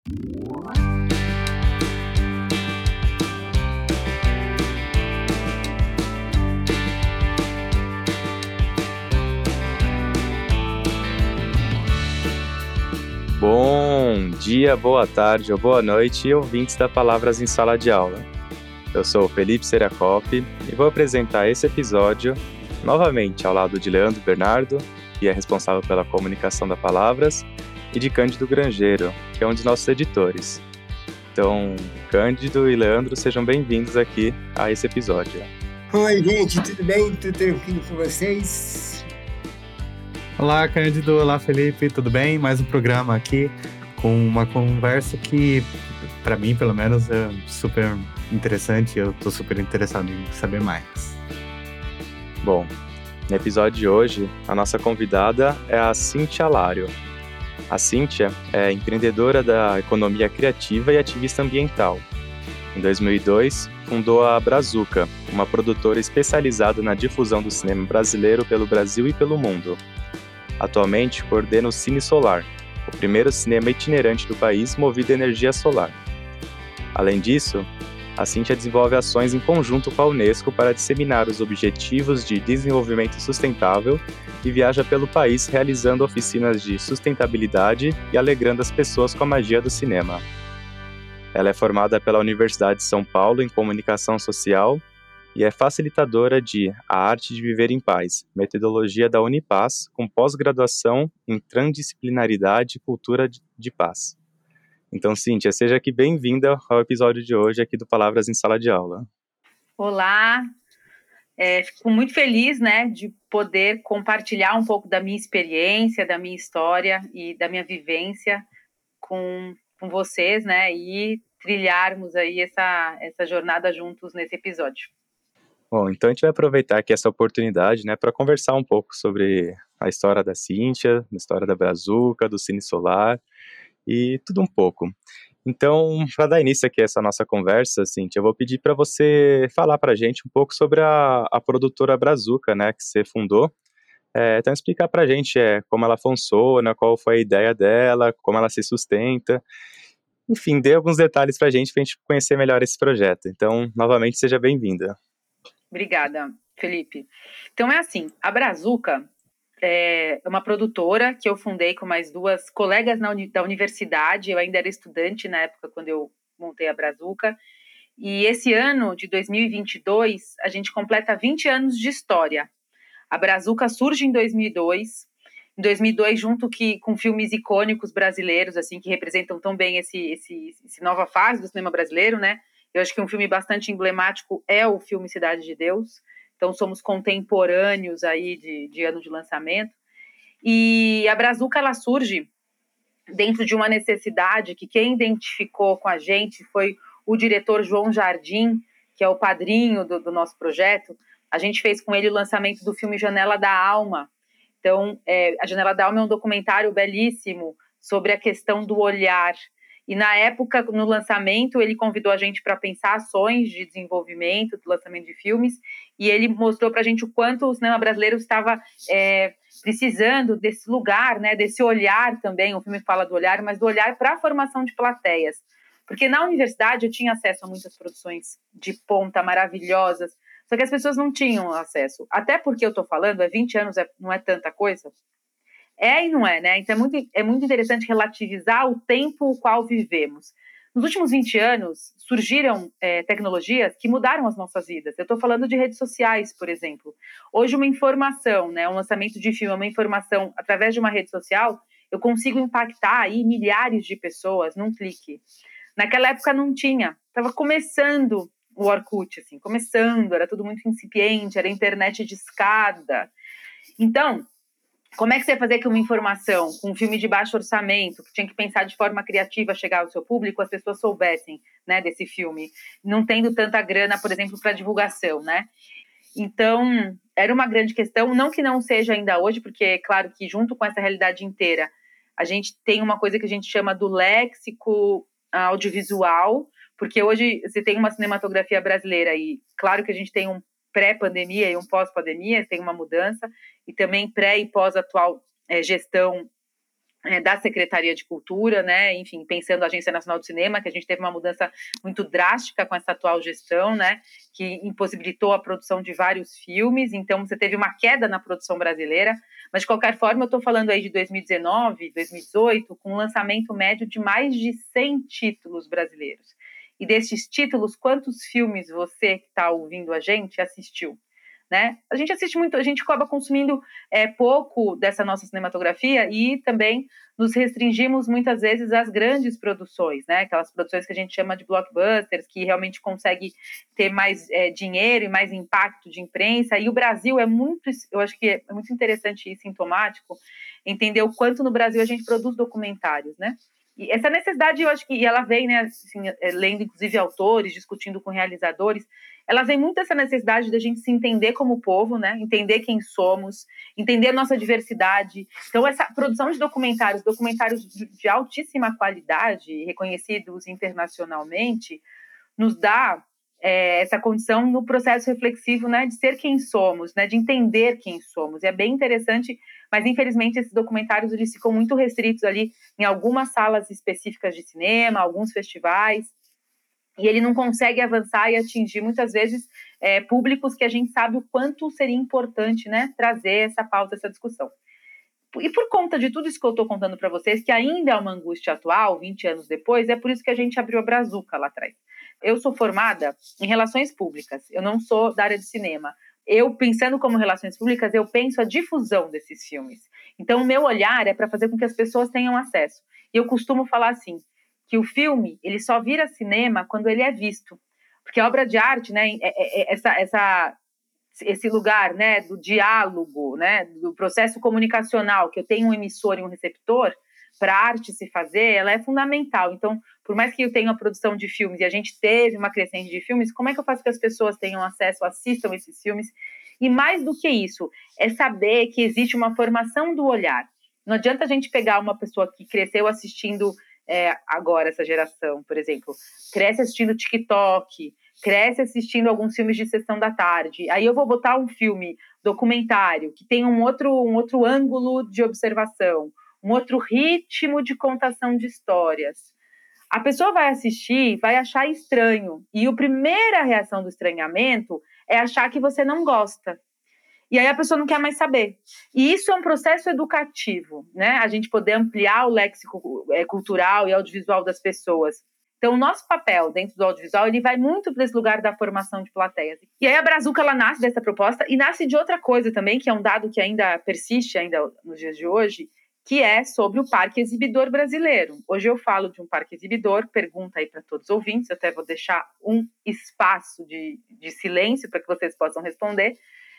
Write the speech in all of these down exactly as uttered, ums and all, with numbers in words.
Bom dia, boa tarde ou boa noite, ouvintes da Palavras em Sala de Aula. Eu sou o Felipe Seriacop e vou apresentar esse episódio novamente ao lado de Leandro Bernardo, que é responsável pela comunicação da Palavras, e de Cândido Grangeiro, que é um dos nossos editores. Então, Cândido e Leandro, sejam bem-vindos aqui a esse episódio. Oi, gente, tudo bem? Tudo tranquilo com vocês? Olá, Cândido. Olá, Felipe. Tudo bem? Mais um programa aqui com uma conversa que, para mim, pelo menos, é super interessante. Eu estou super interessado em saber mais. Bom, no episódio de hoje, a nossa convidada é a Cíntia Lário. A Cíntia é empreendedora da economia criativa e ativista ambiental. Em dois mil e dois, fundou a Brazuca, uma produtora especializada na difusão do cinema brasileiro pelo Brasil e pelo mundo. Atualmente, coordena o Cine Solar, o primeiro cinema itinerante do país movido a energia solar. Além disso, a Cíntia desenvolve ações em conjunto com a Unesco para disseminar os Objetivos de Desenvolvimento Sustentável e viaja pelo país realizando oficinas de sustentabilidade e alegrando as pessoas com a magia do cinema. Ela é formada pela Universidade de São Paulo em Comunicação Social e é facilitadora de A Arte de Viver em Paz, metodologia da Unipaz, com pós-graduação em Transdisciplinaridade e Cultura de Paz. Então, Cíntia, seja aqui bem-vinda ao episódio de hoje aqui do Palavras em Sala de Aula. Olá, é, fico muito feliz, né, de poder compartilhar um pouco da minha experiência, da minha história e da minha vivência com, com vocês, né, e trilharmos aí essa, essa jornada juntos nesse episódio. Bom, então a gente vai aproveitar aqui essa oportunidade, né, para conversar um pouco sobre a história da Cíntia, a história da Brazuca, do Cine Solar e tudo um pouco. Então, para dar início aqui a essa nossa conversa, Cíntia, eu vou pedir para você falar para a gente um pouco sobre a, a produtora Brazuca, né, que você fundou. É, então, explicar para a gente é, como ela funciona, qual foi a ideia dela, como ela se sustenta. Enfim, dê alguns detalhes para a gente, para a gente conhecer melhor esse projeto. Então, novamente, seja bem-vinda. Obrigada, Felipe. Então é assim, a Brazuca é uma produtora que eu fundei com mais duas colegas na uni- da universidade. Eu ainda era estudante na época quando eu montei a Brazuca. E esse ano de dois mil e vinte e dois, a gente completa vinte anos de história. A Brazuca surge em dois mil e dois. Em dois mil e dois, junto que, com filmes icônicos brasileiros, assim, que representam tão bem esse, esse, esse nova fase do cinema brasileiro, né? Eu acho que um filme bastante emblemático é o filme Cidade de Deus. Então, somos contemporâneos aí de, de ano de lançamento. E a Brazuca, ela surge dentro de uma necessidade que quem identificou com a gente foi o diretor João Jardim, que é o padrinho do, do nosso projeto. A gente fez com ele o lançamento do filme Janela da Alma. Então, é, a Janela da Alma é um documentário belíssimo sobre a questão do olhar. E na época, no lançamento, ele convidou a gente para pensar ações de desenvolvimento, do lançamento de filmes, e ele mostrou para a gente o quanto o cinema brasileiro estava é, precisando desse lugar, né, desse olhar também. O filme fala do olhar, mas do olhar para a formação de plateias. Porque na universidade eu tinha acesso a muitas produções de ponta maravilhosas, só que as pessoas não tinham acesso. Até porque eu estou falando, é vinte anos, é, não é tanta coisa. É e não é, né? Então é muito, é muito interessante relativizar o tempo o qual vivemos. Nos últimos vinte anos, surgiram é, tecnologias que mudaram as nossas vidas. Eu estou falando de redes sociais, por exemplo. Hoje, uma informação, né, um lançamento de filme, uma informação através de uma rede social, eu consigo impactar aí milhares de pessoas num clique. Naquela época não tinha. Estava começando o Orkut, assim, começando, era tudo muito incipiente, era internet de escada. Então, como é que você ia fazer que uma informação com um filme de baixo orçamento, que tinha que pensar de forma criativa chegar ao seu público, as pessoas soubessem, né, desse filme, não tendo tanta grana, por exemplo, para divulgação, né? Então, era uma grande questão, não que não seja ainda hoje, porque é claro que junto com essa realidade inteira, a gente tem uma coisa que a gente chama do léxico audiovisual, porque hoje você tem uma cinematografia brasileira e claro que a gente tem um pré-pandemia e um pós-pandemia, tem uma mudança, e também pré e pós-atual é, gestão É, da Secretaria de Cultura, né, enfim, pensando a Agência Nacional do Cinema, que a gente teve uma mudança muito drástica com essa atual gestão, né, que impossibilitou a produção de vários filmes, então você teve uma queda na produção brasileira, mas de qualquer forma eu estou falando aí de dois mil e dezenove, dois mil e dezoito, com um lançamento médio de mais de cem títulos brasileiros. E desses títulos, quantos filmes você que está ouvindo a gente assistiu? Né? A gente assiste muito, a gente acaba consumindo é, pouco dessa nossa cinematografia e também nos restringimos muitas vezes às grandes produções, né? Aquelas produções que a gente chama de blockbusters, que realmente consegue ter mais é, dinheiro e mais impacto de imprensa. E o Brasil é muito, eu acho que é muito interessante e sintomático entender o quanto no Brasil a gente produz documentários, né? E essa necessidade, eu acho que e ela vem, né, assim, lendo inclusive autores, discutindo com realizadores, ela vem muito dessa necessidade da gente se entender como povo, né, entender quem somos, entender a nossa diversidade. Então, essa produção de documentários, documentários de, de altíssima qualidade, reconhecidos internacionalmente, nos dá é, essa condição no processo reflexivo, né, de ser quem somos, né, de entender quem somos. E é bem interessante, mas infelizmente esses documentários eles ficam muito restritos ali em algumas salas específicas de cinema, alguns festivais, e ele não consegue avançar e atingir muitas vezes é, públicos que a gente sabe o quanto seria importante, né, trazer essa pauta, essa discussão. E por conta de tudo isso que eu estou contando para vocês, que ainda é uma angústia atual, vinte anos depois, é por isso que a gente abriu a Brazuca lá atrás. Eu sou formada em relações públicas, eu não sou da área de cinema. Eu, pensando como relações públicas, eu penso a difusão desses filmes. Então, o meu olhar é para fazer com que as pessoas tenham acesso. E eu costumo falar assim, que o filme, ele só vira cinema quando ele é visto. Porque a obra de arte, né, é, é, é essa... essa esse lugar, né, do diálogo, né, do processo comunicacional, que eu tenho um emissor e um receptor, para a arte se fazer, ela é fundamental. Então, por mais que eu tenha a produção de filmes, e a gente teve uma crescente de filmes, como é que eu faço que as pessoas tenham acesso, assistam esses filmes? E mais do que isso, é saber que existe uma formação do olhar. Não adianta a gente pegar uma pessoa que cresceu assistindo, é, agora, essa geração, por exemplo, cresce assistindo TikTok, cresce assistindo alguns filmes de sessão da tarde, aí eu vou botar um filme documentário que tem um outro, um outro ângulo de observação, um outro ritmo de contação de histórias. A pessoa vai assistir, vai achar estranho, e a primeira reação do estranhamento é achar que você não gosta. E aí a pessoa não quer mais saber. E isso é um processo educativo, né? A gente poder ampliar o léxico cultural e audiovisual das pessoas. Então, o nosso papel dentro do audiovisual, ele vai muito para esse lugar da formação de plateias. E aí a Brazuca, ela nasce dessa proposta e nasce de outra coisa também, que é um dado que ainda persiste ainda nos dias de hoje, que é sobre o Parque Exibidor Brasileiro. Hoje eu falo de um Parque Exibidor, pergunta aí para todos os ouvintes, eu até vou deixar um espaço de, de silêncio para que vocês possam responder.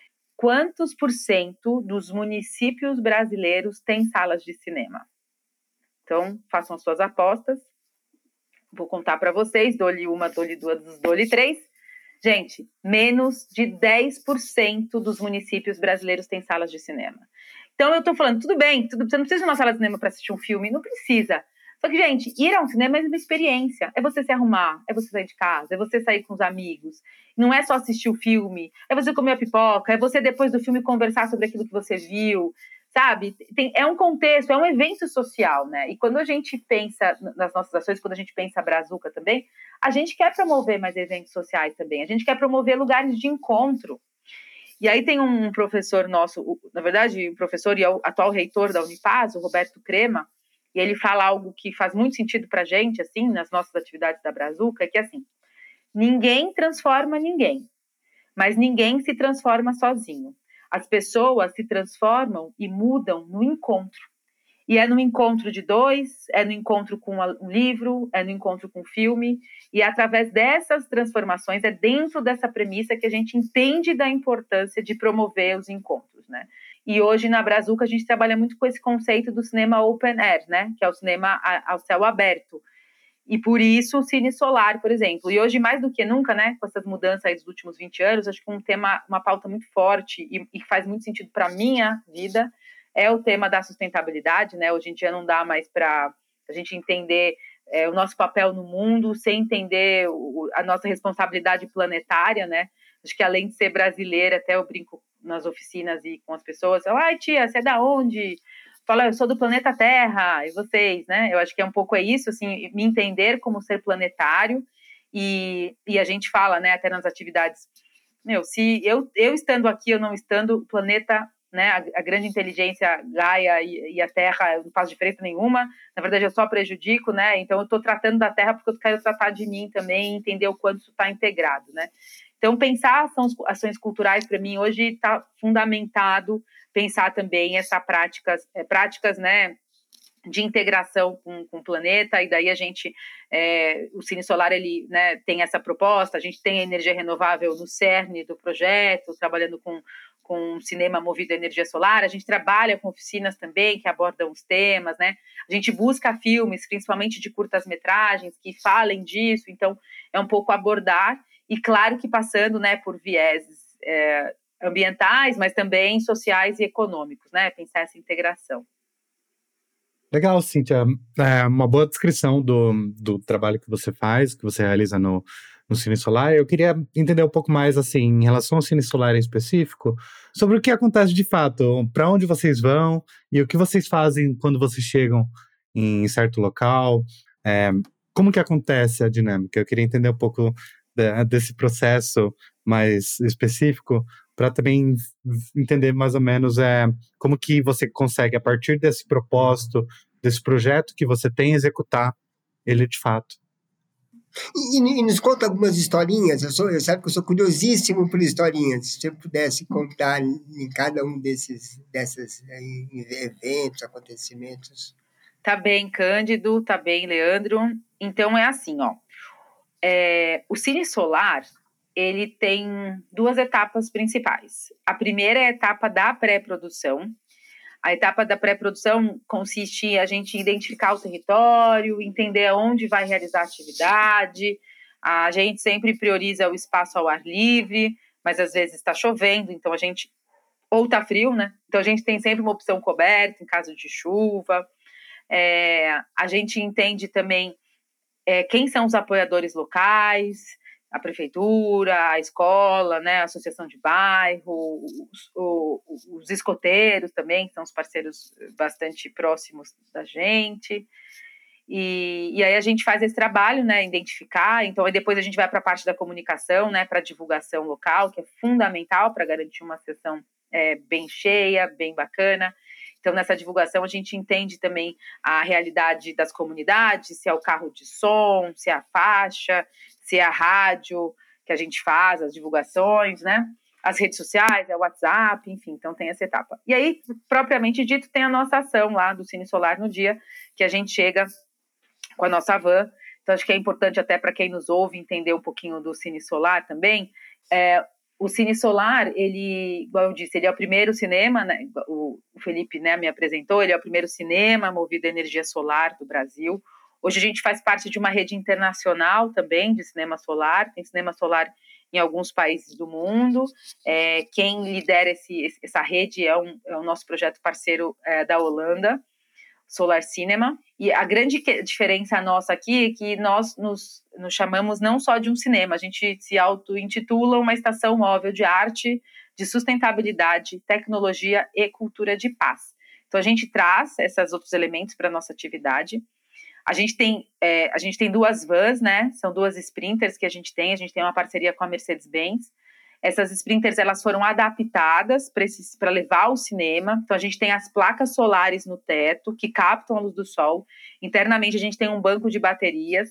Quantos por cento dos municípios brasileiros têm salas de cinema? Então, façam as suas apostas. Vou contar para vocês, dou-lhe uma, dou-lhe duas, dou-lhe três. Gente, menos de dez por cento dos municípios brasileiros têm salas de cinema. Então, eu estou falando, tudo bem, tudo, você não precisa de uma sala de cinema para assistir um filme, não precisa. Só que, gente, ir a um cinema é uma experiência. É você se arrumar, é você sair de casa, é você sair com os amigos. Não é só assistir o filme, é você comer a pipoca, é você, depois do filme, conversar sobre aquilo que você viu. Sabe, tem, é um contexto, é um evento social, né? E quando a gente pensa nas nossas ações, quando a gente pensa a Brazuca também, a gente quer promover mais eventos sociais também, a gente quer promover lugares de encontro. E aí tem um professor nosso, na verdade, um professor e atual reitor da Unipaz, o Roberto Crema, e ele fala algo que faz muito sentido pra gente, assim, nas nossas atividades da Brazuca, que é assim, ninguém transforma ninguém, mas ninguém se transforma sozinho. As pessoas se transformam e mudam no encontro. E é no encontro de dois, é no encontro com um livro, é no encontro com um filme. E é através dessas transformações, é dentro dessa premissa que a gente entende da importância de promover os encontros, né? E hoje na Brazuca a gente trabalha muito com esse conceito do cinema open air, né? Que é o cinema ao céu aberto. E por isso o Cine Solar, por exemplo. E hoje, mais do que nunca, né, com essas mudanças aí dos últimos vinte anos, acho que um tema, uma pauta muito forte e, e faz muito sentido para a minha vida é o tema da sustentabilidade, né? Hoje em dia não dá mais para a gente entender é, o nosso papel no mundo sem entender o, a nossa responsabilidade planetária, né? Acho que além de ser brasileira, até eu brinco nas oficinas e com as pessoas, ai tia, você é da onde? fala, eu sou do planeta Terra, e vocês, né? Eu acho que é um pouco é isso, assim, me entender como ser planetário, e, e a gente fala, né, até nas atividades, meu, se eu, eu estando aqui, eu não estando, o planeta, né, a, a grande inteligência Gaia e, e a Terra, eu não faço diferença nenhuma, na verdade eu só prejudico, né? Então eu estou tratando da Terra porque eu quero tratar de mim também, entender o quanto isso está integrado, né? Então, pensar ações, ações culturais, para mim, hoje está fundamentado pensar também essas práticas, é, práticas, né, de integração com, com o planeta, e daí a gente, é, o Cine Solar, ele, né, tem essa proposta, a gente tem a energia renovável no cerne do projeto, trabalhando com, com um cinema movido a energia solar, a gente trabalha com oficinas também que abordam os temas, né, a gente busca filmes, principalmente de curtas-metragens, que falem disso, então é um pouco abordar, e claro que passando, né, por vieses é, ambientais, mas também sociais e econômicos, né, pensar essa integração. Legal, Cíntia. É uma boa descrição do, do trabalho que você faz, que você realiza no, no Cine Solar. Eu queria entender um pouco mais, assim, em relação ao Cine Solar em específico, sobre o que acontece de fato, para onde vocês vão e o que vocês fazem quando vocês chegam em certo local. É, como que acontece a dinâmica? Eu queria entender um pouco de, desse processo mais específico, para também entender mais ou menos é, como que você consegue, a partir desse propósito, desse projeto que você tem, executar ele de fato. E, e nos conta algumas historinhas, eu, sou, eu sabe que eu sou curiosíssimo por historinhas, se você pudesse contar em cada um desses, desses aí, eventos, acontecimentos. Tá bem, Cândido, tá bem, Leandro. Então é assim, ó, é, o Cine Solar, ele tem duas etapas principais. A primeira é a etapa da pré-produção. A etapa da pré-produção consiste em a gente identificar o território, entender aonde vai realizar a atividade. A gente sempre prioriza o espaço ao ar livre, mas às vezes está chovendo, então a gente... Ou está frio, né? Então a gente tem sempre uma opção coberta em caso de chuva. É, a gente entende também é, quem são os apoiadores locais, a prefeitura, a escola, né, a associação de bairro, os, os, os escoteiros também, que são os parceiros bastante próximos da gente. E, e aí a gente faz esse trabalho, né, identificar, então aí depois a gente vai para a parte da comunicação, né, para a divulgação local, que é fundamental para garantir uma sessão é, bem cheia, bem bacana. Então, nessa divulgação, a gente entende também a realidade das comunidades, se é o carro de som, se é a faixa, se é a rádio que a gente faz, as divulgações, né? As redes sociais, é o WhatsApp, enfim, então tem essa etapa. E aí, propriamente dito, tem a nossa ação lá do Cine Solar no dia que a gente chega com a nossa van. Então, acho que é importante até para quem nos ouve entender um pouquinho do Cine Solar também. É, o Cine Solar, ele, igual eu disse, ele é o primeiro cinema, né, o, o Felipe, né, me apresentou, ele é o primeiro cinema movido a energia solar do Brasil. Hoje a gente faz parte de uma rede internacional também de cinema solar, tem cinema solar em alguns países do mundo. É, quem lidera esse, essa rede é, um, é o nosso projeto parceiro é, da Holanda, Solar Cinema, e a grande diferença nossa aqui é que nós nos, nos chamamos não só de um cinema, a gente se auto-intitula uma estação móvel de arte, de sustentabilidade, tecnologia e cultura de paz. Então a gente traz esses outros elementos para a nossa atividade. A gente tem, é, a gente tem duas vans, né? São duas sprinters que a gente tem, a gente tem uma parceria com a Mercedes-Benz. Essas sprinters, elas foram adaptadas para levar ao cinema. Então, a gente tem as placas solares no teto, que captam a luz do sol. Internamente, a gente tem um banco de baterias.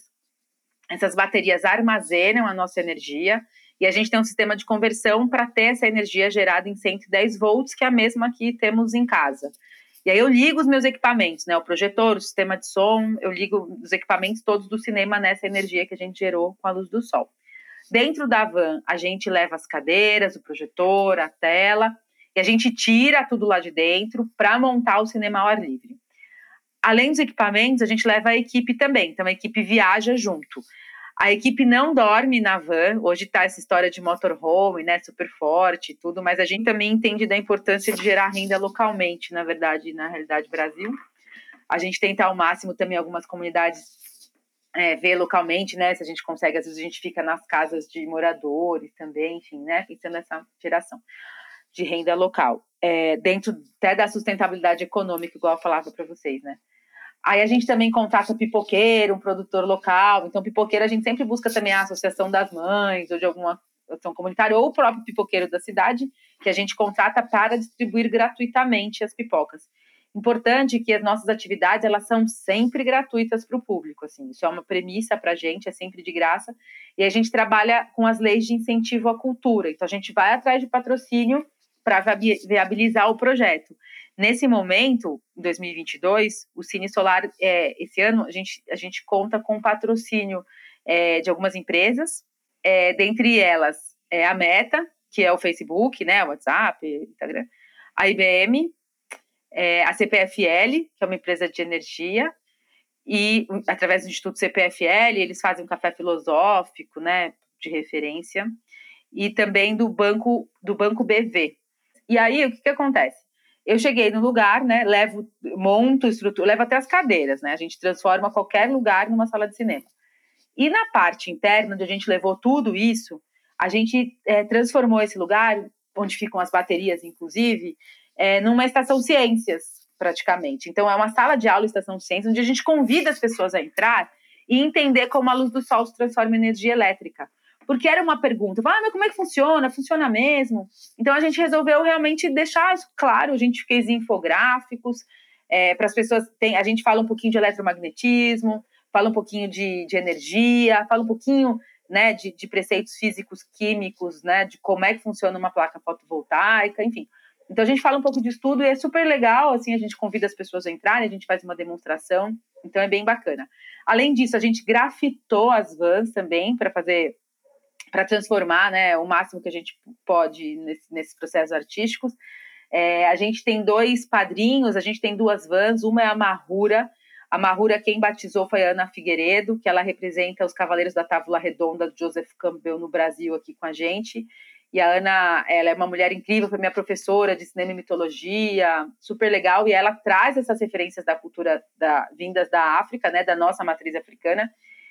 Essas baterias armazenam a nossa energia. E a gente tem um sistema de conversão para ter essa energia gerada em cento e dez volts, que é a mesma que temos em casa. E aí, eu ligo os meus equipamentos, né? O projetor, o sistema de som, eu ligo os equipamentos todos do cinema nessa energia que a gente gerou com a luz do sol. Dentro da van, a gente leva as cadeiras, o projetor, a tela, e a gente tira tudo lá de dentro para montar o cinema ao ar livre. Além dos equipamentos, a gente leva a equipe também, então a equipe viaja junto. A equipe não dorme na van, hoje está essa história de motorhome, né, super forte e tudo, mas a gente também entende da importância de gerar renda localmente, na verdade, na realidade, Brasil. A gente tenta ao máximo também algumas comunidades É, ver localmente, né, se a gente consegue, às vezes a gente fica nas casas de moradores também, enfim, né, pensando nessa geração. de renda local, é, dentro até da sustentabilidade econômica, igual eu falava para vocês, né? Aí a gente também contrata pipoqueiro, um produtor local. Então, pipoqueiro a gente sempre busca também a associação das mães ou de alguma ação comunitária ou o próprio pipoqueiro da cidade, que a gente contrata para distribuir gratuitamente as pipocas. Importante que as nossas atividades, elas são sempre gratuitas para o público, assim. Isso é uma premissa para a gente, é sempre de graça. E a gente trabalha com as leis de incentivo à cultura. Então, a gente vai atrás de patrocínio para viabilizar o projeto. Nesse momento, em dois mil e vinte e dois, o Cine Solar, é, esse ano, a gente, a gente conta com patrocínio é, de algumas empresas, é, dentre elas é, a Meta, que é o Facebook, né, o WhatsApp, Instagram, a I B M, é, a C P F L, que é uma empresa de energia, e através do Instituto C P F L, eles fazem um café filosófico, né, de referência, e também do Banco, do Banco B V. E aí, o que, que acontece? Eu cheguei no lugar, né, levo, monto, estrutura, levo até as cadeiras, né, a gente transforma qualquer lugar numa sala de cinema. E na parte interna, onde a gente levou tudo isso, a gente é, transformou esse lugar, onde ficam as baterias, inclusive, é, numa estação ciências, praticamente. Então, é uma sala de aula, estação de ciências, onde a gente convida as pessoas a entrar e entender como a luz do sol se transforma em energia elétrica. Porque era uma pergunta, ah, mas como é que funciona? Funciona mesmo? Então, a gente resolveu realmente deixar isso claro, a gente fez infográficos, é, para as pessoas, tem, a gente fala um pouquinho de eletromagnetismo, fala um pouquinho de, de energia, fala um pouquinho, né, de, de preceitos físicos, químicos, né, de como é que funciona uma placa fotovoltaica, enfim. Então, a gente fala um pouco disso tudo e é super legal, assim, a gente convida as pessoas a entrarem, a gente faz uma demonstração, então é bem bacana. Além disso, a gente grafitou as vans também para fazer, para transformar, né, o máximo que a gente pode nesse, nesses processos artísticos. É, a gente tem dois padrinhos, a gente tem duas vans, uma é a Mahura. A Mahura, quem batizou foi a Ana Figueiredo, que ela representa os Cavaleiros da Távola Redonda, do Joseph Campbell, no Brasil, aqui com a gente. E a Ana, ela é uma mulher incrível, foi minha professora de cinema e mitologia, super legal, e ela traz essas referências da cultura da, vindas da África, né, da nossa matriz africana.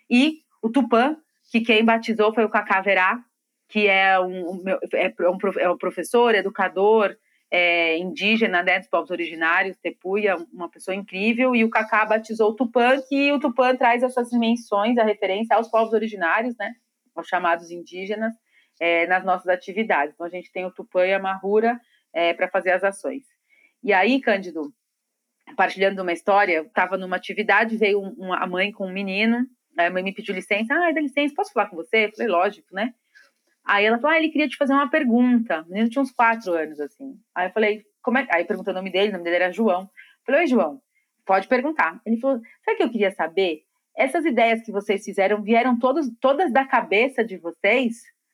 E o Tupã, que quem batizou foi o Cacá Verá, que é um, um, é um, é um professor, educador, É, indígena, né, dos povos originários, Tepuia, uma pessoa incrível, e o Cacá batizou o Tupã, que o Tupã traz essas dimensões, a referência aos povos originários, né, aos chamados indígenas, é, nas nossas atividades. Então, a gente tem o Tupã e a Mahura é, para fazer as ações. E aí, Cândido, compartilhando uma história, eu estava numa atividade, veio uma, a mãe com um menino, a mãe me pediu licença, ah, dá licença, posso falar com você? Eu falei, lógico, né? Aí ela falou, ah, ele queria te fazer uma pergunta. O menino tinha uns quatro anos, assim. Aí eu falei, como é? Aí perguntou o nome dele, o nome dele era João. Eu falei, oi, João, pode perguntar. Ele falou, sabe o que eu queria saber? Essas ideias que vocês fizeram vieram todos, todas da cabeça de vocês?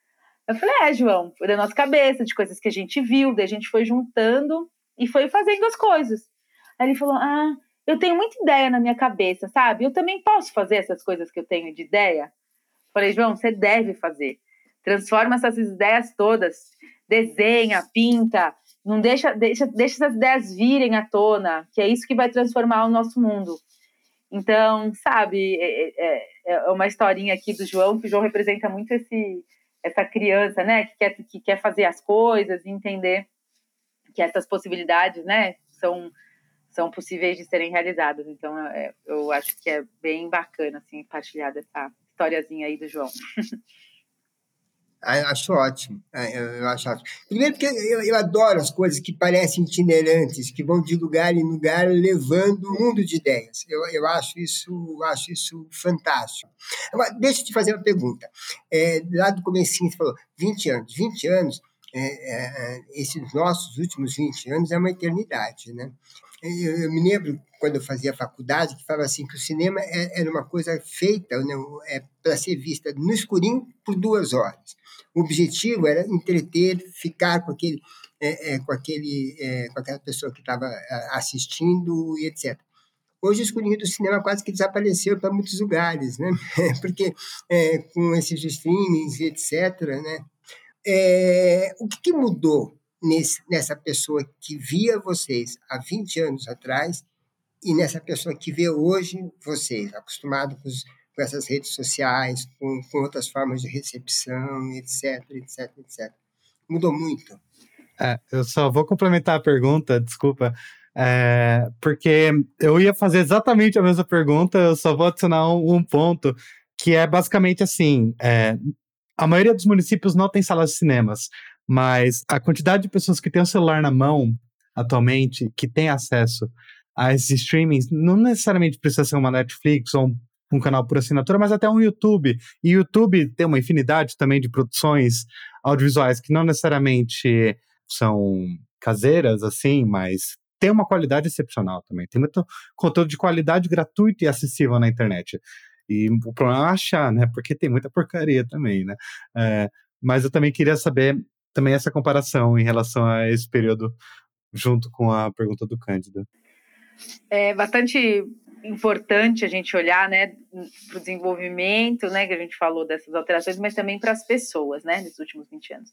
Eu falei, é, João, foi da nossa cabeça, de coisas que a gente viu, daí a gente foi juntando e foi fazendo as coisas. Aí ele falou, ah, eu tenho muita ideia na minha cabeça, sabe? Eu também posso fazer essas coisas que eu tenho de ideia? Eu falei, João, você deve fazer. Transforma essas ideias todas, desenha, pinta, não deixa, deixa, deixa essas ideias virem à tona, que é isso que vai transformar o nosso mundo. Então, sabe, é, é, é uma historinha aqui do João, que o João representa muito esse, essa criança, né, que quer, que quer fazer as coisas e entender que essas possibilidades, né, são, são possíveis de serem realizadas. Então, é, eu acho que é bem bacana, assim, partilhar dessa historiazinha aí do João. Ah, eu acho ótimo, eu acho ótimo. Primeiro porque eu, eu adoro as coisas que parecem itinerantes, que vão de lugar em lugar, levando um mundo de ideias. Eu, eu acho, isso, acho isso fantástico. Agora, deixa eu te fazer uma pergunta. É, lá do comecinho você falou vinte anos. vinte anos, é, é, esses nossos últimos vinte anos é uma eternidade, né? Eu, eu me lembro, quando eu fazia faculdade, que falava assim, que o cinema era uma coisa feita, né, é, para ser vista no escurinho por duas horas. O objetivo era entreter, ficar com, aquele, é, é, com, aquele, é, com aquela pessoa que estava assistindo e etcétera. Hoje o escurinho do cinema quase que desapareceu para muitos lugares, né? Porque é, com esses streamings e etcétera, né? É, o que, que mudou nesse, nessa pessoa que via vocês há vinte anos atrás e nessa pessoa que vê hoje vocês, acostumado com, os, com essas redes sociais, com, com outras formas de recepção, etc, etc, etcétera? Mudou muito? É, eu só vou complementar a pergunta, desculpa, é, porque eu ia fazer exatamente a mesma pergunta, eu só vou adicionar um, um ponto, que é basicamente assim, é, a maioria dos municípios não tem salas de cinemas, mas a quantidade de pessoas que tem o celular na mão, atualmente, que tem acesso a esses streamings, não necessariamente precisa ser uma Netflix ou um, um canal por assinatura, mas até um YouTube. E o YouTube tem uma infinidade também de produções audiovisuais que não necessariamente são caseiras, assim, mas tem uma qualidade excepcional também. Tem muito conteúdo de qualidade gratuito e acessível na internet. E o problema é achar, né? Porque tem muita porcaria também, né? É, mas eu também queria saber também essa comparação em relação a esse período, junto com a pergunta do Cândido. É bastante importante a gente olhar, né, para o desenvolvimento, né, que a gente falou dessas alterações, mas também para as pessoas, né, nesses últimos vinte anos.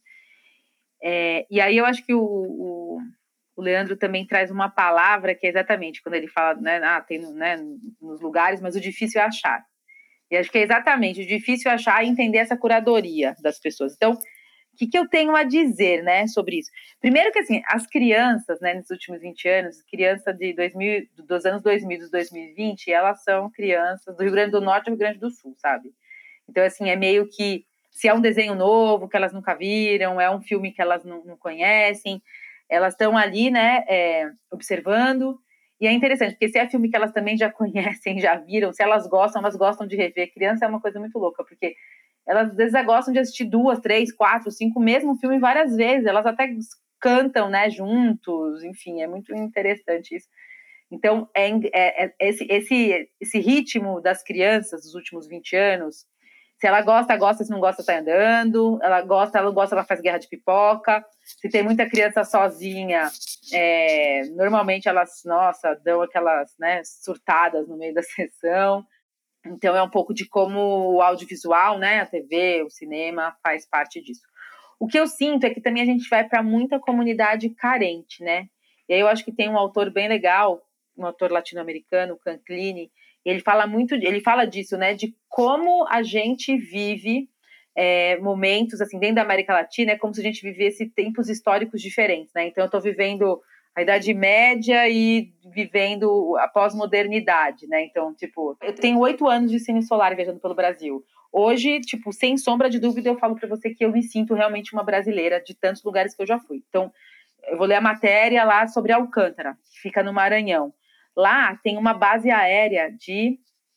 É, e aí eu acho que o, o, o Leandro também traz uma palavra que é exatamente quando ele fala, né, ah, tem, né, nos lugares, mas o difícil é achar. E acho que é exatamente o difícil é achar e entender essa curadoria das pessoas. Então, o que, que eu tenho a dizer, né, sobre isso? Primeiro que, assim, as crianças, né, nesses últimos vinte anos, crianças de dois mil, dos anos dois mil e dos dois mil e vinte, elas são crianças do Rio Grande do Norte e Rio Grande do Sul, sabe? Então, assim, é meio que, se é um desenho novo que elas nunca viram, é um filme que elas não, não conhecem, elas estão ali, né, é, observando. E é interessante, porque se é filme que elas também já conhecem, já viram, se elas gostam, elas gostam de rever. Criança é uma coisa muito louca, porque elas às vezes gostam de assistir duas, três, quatro, cinco, mesmo filme várias vezes. Elas até cantam, né, juntos, enfim, é muito interessante isso. Então, é, é, é esse, esse, esse ritmo das crianças dos últimos vinte anos, se ela gosta, gosta, se não gosta, tá andando. Ela gosta, ela gosta, ela faz guerra de pipoca. Se tem muita criança sozinha, é, normalmente elas, nossa, dão aquelas, né, surtadas no meio da sessão. Então, é um pouco de como o audiovisual, né, a T V, o cinema, faz parte disso. O que eu sinto é que também a gente vai para muita comunidade carente, né? E aí eu acho que tem um autor bem legal, um autor latino-americano, Canclini, e ele fala muito, ele fala disso, né, de como a gente vive é, momentos, assim, dentro da América Latina, é como se a gente vivesse tempos históricos diferentes, né? Então, eu estou vivendo a Idade Média e vivendo a pós-modernidade, né? Então, tipo, eu tenho oito anos de cine solar viajando pelo Brasil. Hoje, tipo, sem sombra de dúvida, eu falo para você que eu me sinto realmente uma brasileira de tantos lugares que eu já fui. Então, eu vou ler a matéria lá sobre Alcântara, que fica no Maranhão. Lá tem uma base aérea de,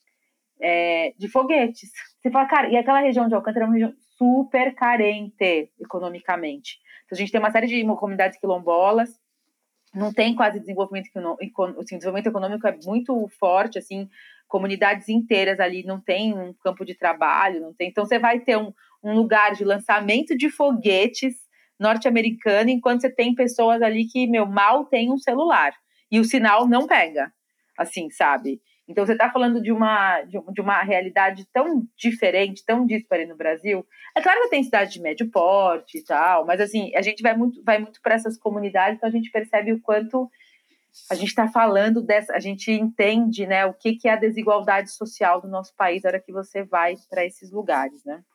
é, de foguetes. Você fala, cara, e aquela região de Alcântara é uma região super carente economicamente. Então, a gente tem uma série de comunidades quilombolas, não tem quase desenvolvimento econômico, assim, desenvolvimento econômico é muito forte, assim, comunidades inteiras ali não tem um campo de trabalho, não tem. Então, você vai ter um, um lugar de lançamento de foguetes norte-americano, enquanto você tem pessoas ali que, meu, mal tem um celular. E o sinal não pega, assim, sabe? Então, você está falando de uma, de uma realidade tão diferente, tão dispara no Brasil. É claro que tem cidade de médio porte e tal, mas, assim, a gente vai muito, vai muito para essas comunidades, então a gente percebe o quanto a gente está falando dessa, a gente entende, né, o que, que é a desigualdade social do nosso país na hora que você vai para esses lugares, né?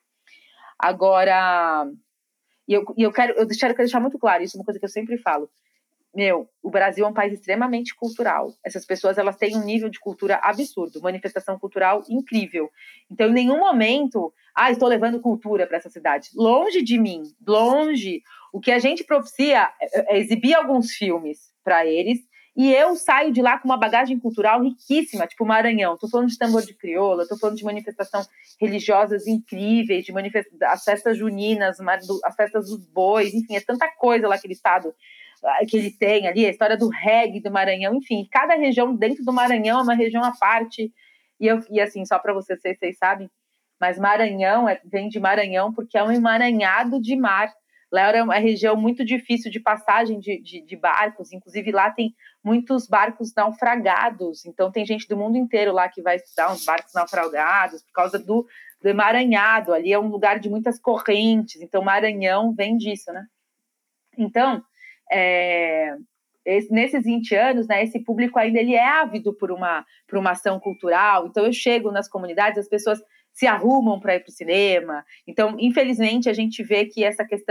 Agora, e eu, eu, quero, eu quero deixar muito claro, isso é uma coisa que eu sempre falo. Meu, o Brasil é um país extremamente cultural. Essas pessoas, elas têm um nível de cultura absurdo, manifestação cultural incrível. Então, em nenhum momento, ah, estou levando cultura para essa cidade. Longe de mim, longe. O que a gente propicia é, é exibir alguns filmes para eles, e eu saio de lá com uma bagagem cultural riquíssima, tipo Maranhão. Estou falando de tambor de crioula, estou falando de manifestação religiosas incríveis, de manifest... as festas juninas, as festas dos bois, enfim, é tanta coisa lá aquele estado que ele tem ali, a história do reggae do Maranhão, enfim, cada região dentro do Maranhão é uma região à parte, e, eu, e assim, só para vocês, vocês, vocês sabem, mas Maranhão é, vem de Maranhão porque é um emaranhado de mar. Lá é uma região muito difícil de passagem de, de, de barcos, inclusive lá tem muitos barcos naufragados, então tem gente do mundo inteiro lá que vai estudar uns barcos naufragados por causa do, do emaranhado, ali é um lugar de muitas correntes, então Maranhão vem disso, né? Então, é, esse, nesses vinte anos, né, esse público ainda ele é ávido por uma, por uma ação cultural, então eu chego nas comunidades, as pessoas se arrumam para ir para o cinema, então, infelizmente, a gente vê que essa questão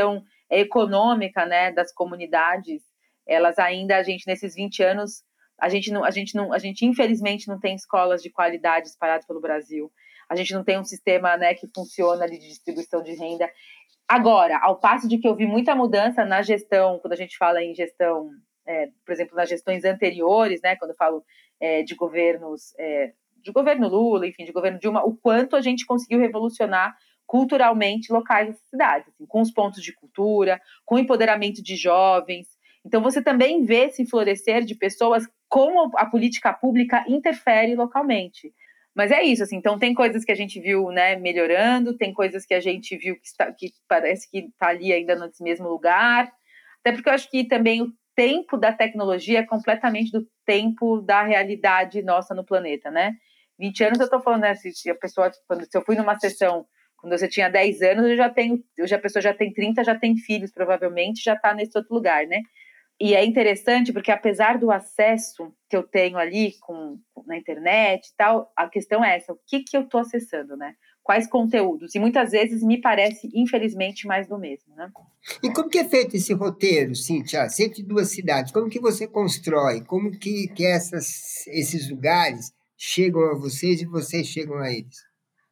econômica, né, das comunidades, elas ainda, a gente, nesses vinte anos, a gente, não, a, gente não, a gente infelizmente não tem escolas de qualidade espalhadas pelo Brasil, a gente não tem um sistema, né, que funciona ali de distribuição de renda. Agora, ao passo de que eu vi muita mudança na gestão, quando a gente fala em gestão, é, por exemplo, nas gestões anteriores, né, quando eu falo é, de governos, é, de governo Lula, enfim, de governo Dilma, o quanto a gente conseguiu revolucionar culturalmente locais das cidades, assim, com os pontos de cultura, com o empoderamento de jovens. Então, você também vê esse florescer de pessoas, como a política pública interfere localmente. Mas é isso, assim, então tem coisas que a gente viu, né, melhorando, tem coisas que a gente viu que, está, que parece que está ali ainda nesse mesmo lugar, até porque eu acho que também o tempo da tecnologia é completamente do tempo da realidade nossa no planeta, né? vinte anos eu estou falando, né, se a pessoa, quando, se eu fui numa sessão quando você tinha dez anos, eu já tenho, hoje a pessoa já tem trinta, já tem filhos, provavelmente, já está nesse outro lugar, né? E é interessante porque, apesar do acesso que eu tenho ali com, na internet e tal, a questão é essa, o que, que eu estou acessando, né? Quais conteúdos? E muitas vezes me parece, infelizmente, mais do mesmo, né? E como que é feito esse roteiro, Cíntia? cento e duas cidades, como que você constrói? Como que, que essas, esses lugares chegam a vocês e vocês chegam a eles?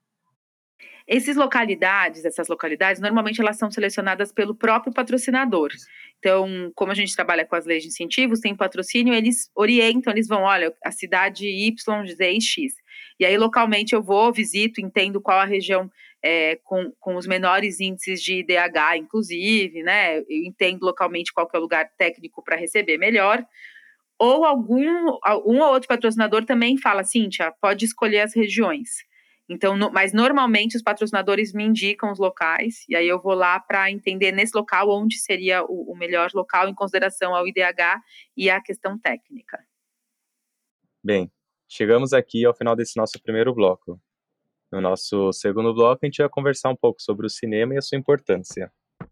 Essas localidades, essas localidades, normalmente elas são selecionadas pelo próprio patrocinador. Então, como a gente trabalha com as leis de incentivos, tem patrocínio, eles orientam, eles vão, olha, a cidade Y, Z e X. E aí, localmente, eu vou, visito, entendo qual a região é, com, com os menores índices de I D H, inclusive, né? Eu entendo localmente qual que é o lugar técnico para receber melhor. Ou algum um ou outro patrocinador também fala, Cíntia, pode escolher as regiões. Então, no, mas normalmente os patrocinadores me indicam os locais, e aí eu vou lá para entender nesse local onde seria o, o melhor local em consideração ao I D H e à questão técnica. Bem, chegamos aqui ao final desse nosso primeiro bloco. No nosso segundo bloco, a gente vai conversar um pouco sobre o cinema e a sua importância.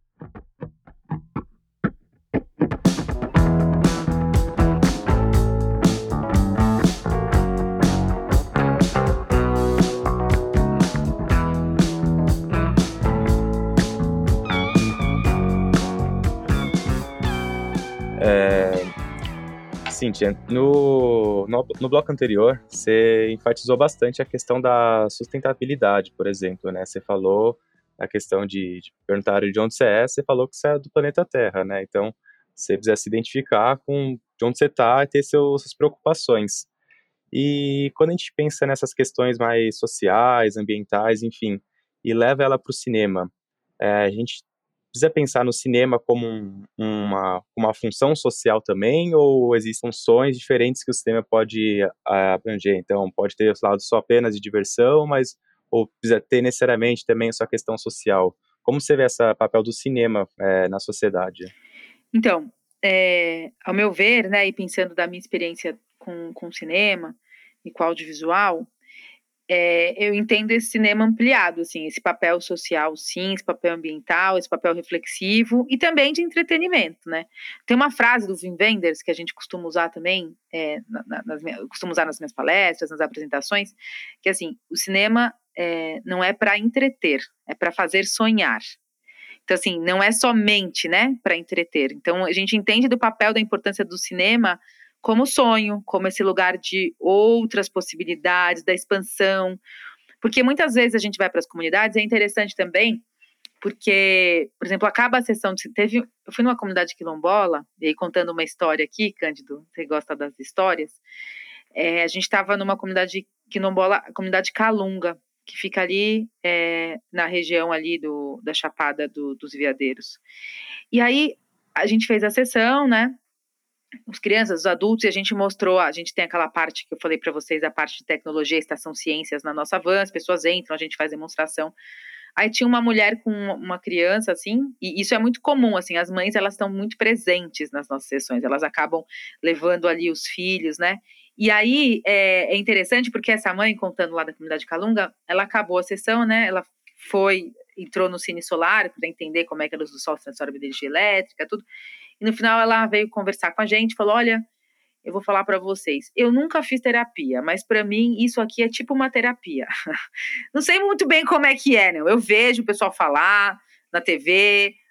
É... Cíntia, no, no, no bloco anterior, você enfatizou bastante a questão da sustentabilidade, por exemplo, né? Você falou a questão de, de perguntar de onde você é, você falou que você é do planeta Terra, né? Então, você precisa se identificar com de onde você está e ter seus, suas preocupações. E quando a gente pensa nessas questões mais sociais, ambientais, enfim, e leva ela para o cinema, é, a gente precisa pensar no cinema como um, uma, uma função social também, ou existem funções diferentes que o cinema pode abranger? Então, pode ter, sei lá, só apenas de diversão, mas ou precisa ter necessariamente também a sua questão social? Como você vê esse papel do cinema é, na sociedade? Então, é, ao meu ver, né, e pensando da minha experiência com, com cinema e com audiovisual, É, eu entendo esse cinema ampliado, assim, esse papel social, sim, esse papel ambiental, esse papel reflexivo e também de entretenimento, né? Tem uma frase do Wim Wenders que a gente costuma usar também, é, na, nas, eu costumo usar nas minhas palestras, nas apresentações, que assim, o cinema é, não é para entreter, é para fazer sonhar. Então, assim, não é somente, né, para entreter. Então, a gente entende do papel, da importância do cinema como sonho, como esse lugar de outras possibilidades, da expansão. Porque muitas vezes a gente vai para as comunidades, é interessante também, porque, por exemplo, acaba a sessão, de, teve, eu fui numa comunidade quilombola, e aí contando uma história aqui, Cândido, você gosta das histórias, é, a gente estava numa comunidade quilombola, a comunidade Calunga, que fica ali é, na região ali do, da Chapada do, dos Veadeiros. E aí a gente fez a sessão, né? Os crianças, os adultos, e a gente mostrou, a gente tem aquela parte que eu falei para vocês, a parte de tecnologia, estação ciências na nossa van, as pessoas entram, a gente faz demonstração. Aí tinha uma mulher com uma criança, assim, e isso é muito comum, assim, as mães, elas estão muito presentes nas nossas sessões, elas acabam levando ali os filhos, né? E aí é, é interessante porque essa mãe, contando lá da comunidade Calunga, ela acabou a sessão, né? Ela foi, entrou no Cine Solar para entender como é que a luz do sol se transforma em energia elétrica, tudo. E no final ela veio conversar com a gente, falou, olha, eu vou falar para vocês, eu nunca fiz terapia, mas para mim isso aqui é tipo uma terapia. Não sei muito bem como é que é, não. Eu vejo o pessoal falar na T V,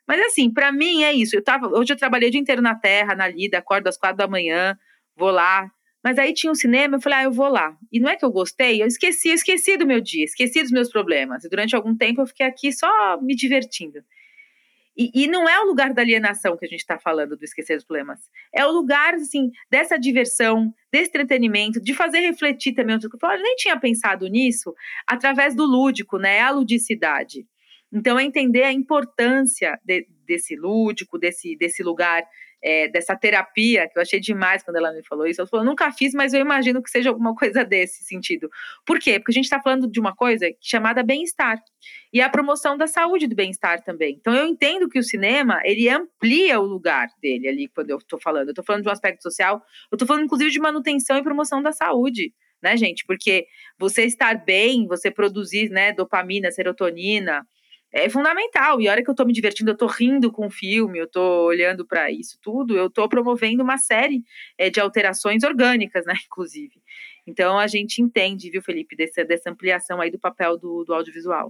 Mas assim, para mim é isso. Eu tava, hoje eu trabalhei o dia inteiro na terra, na lida, acordo às quatro da manhã, vou lá. Mas aí tinha um cinema, eu falei, ah, eu vou lá. E não é que eu gostei, eu esqueci, eu esqueci do meu dia, esqueci dos meus problemas. E durante algum tempo eu fiquei aqui só me divertindo. E, e não é o lugar da alienação que a gente está falando, do esquecer dos problemas. É o lugar, assim, dessa diversão, desse entretenimento, de fazer refletir também. Eu falei, eu nem tinha pensado nisso, através do lúdico, né? A ludicidade. Então, é entender a importância de, desse lúdico, desse, desse lugar, é, dessa terapia, que eu achei demais quando ela me falou isso. Ela falou, nunca fiz, mas eu imagino que seja alguma coisa desse sentido. Por quê? Porque a gente está falando de uma coisa chamada bem-estar. E a promoção da saúde e do bem-estar também. Então, eu entendo que o cinema, ele amplia o lugar dele ali, quando eu estou falando. Eu estou falando de um aspecto social, eu estou falando, inclusive, de manutenção e promoção da saúde, né, gente? Porque você estar bem, você produzir, né, dopamina, serotonina, é fundamental. E a hora que eu estou me divertindo, eu estou rindo com o filme, eu estou olhando para isso tudo, eu estou promovendo uma série é, de alterações orgânicas, né, inclusive. Então, a gente entende, viu, Felipe, dessa, dessa ampliação aí do papel do, do audiovisual.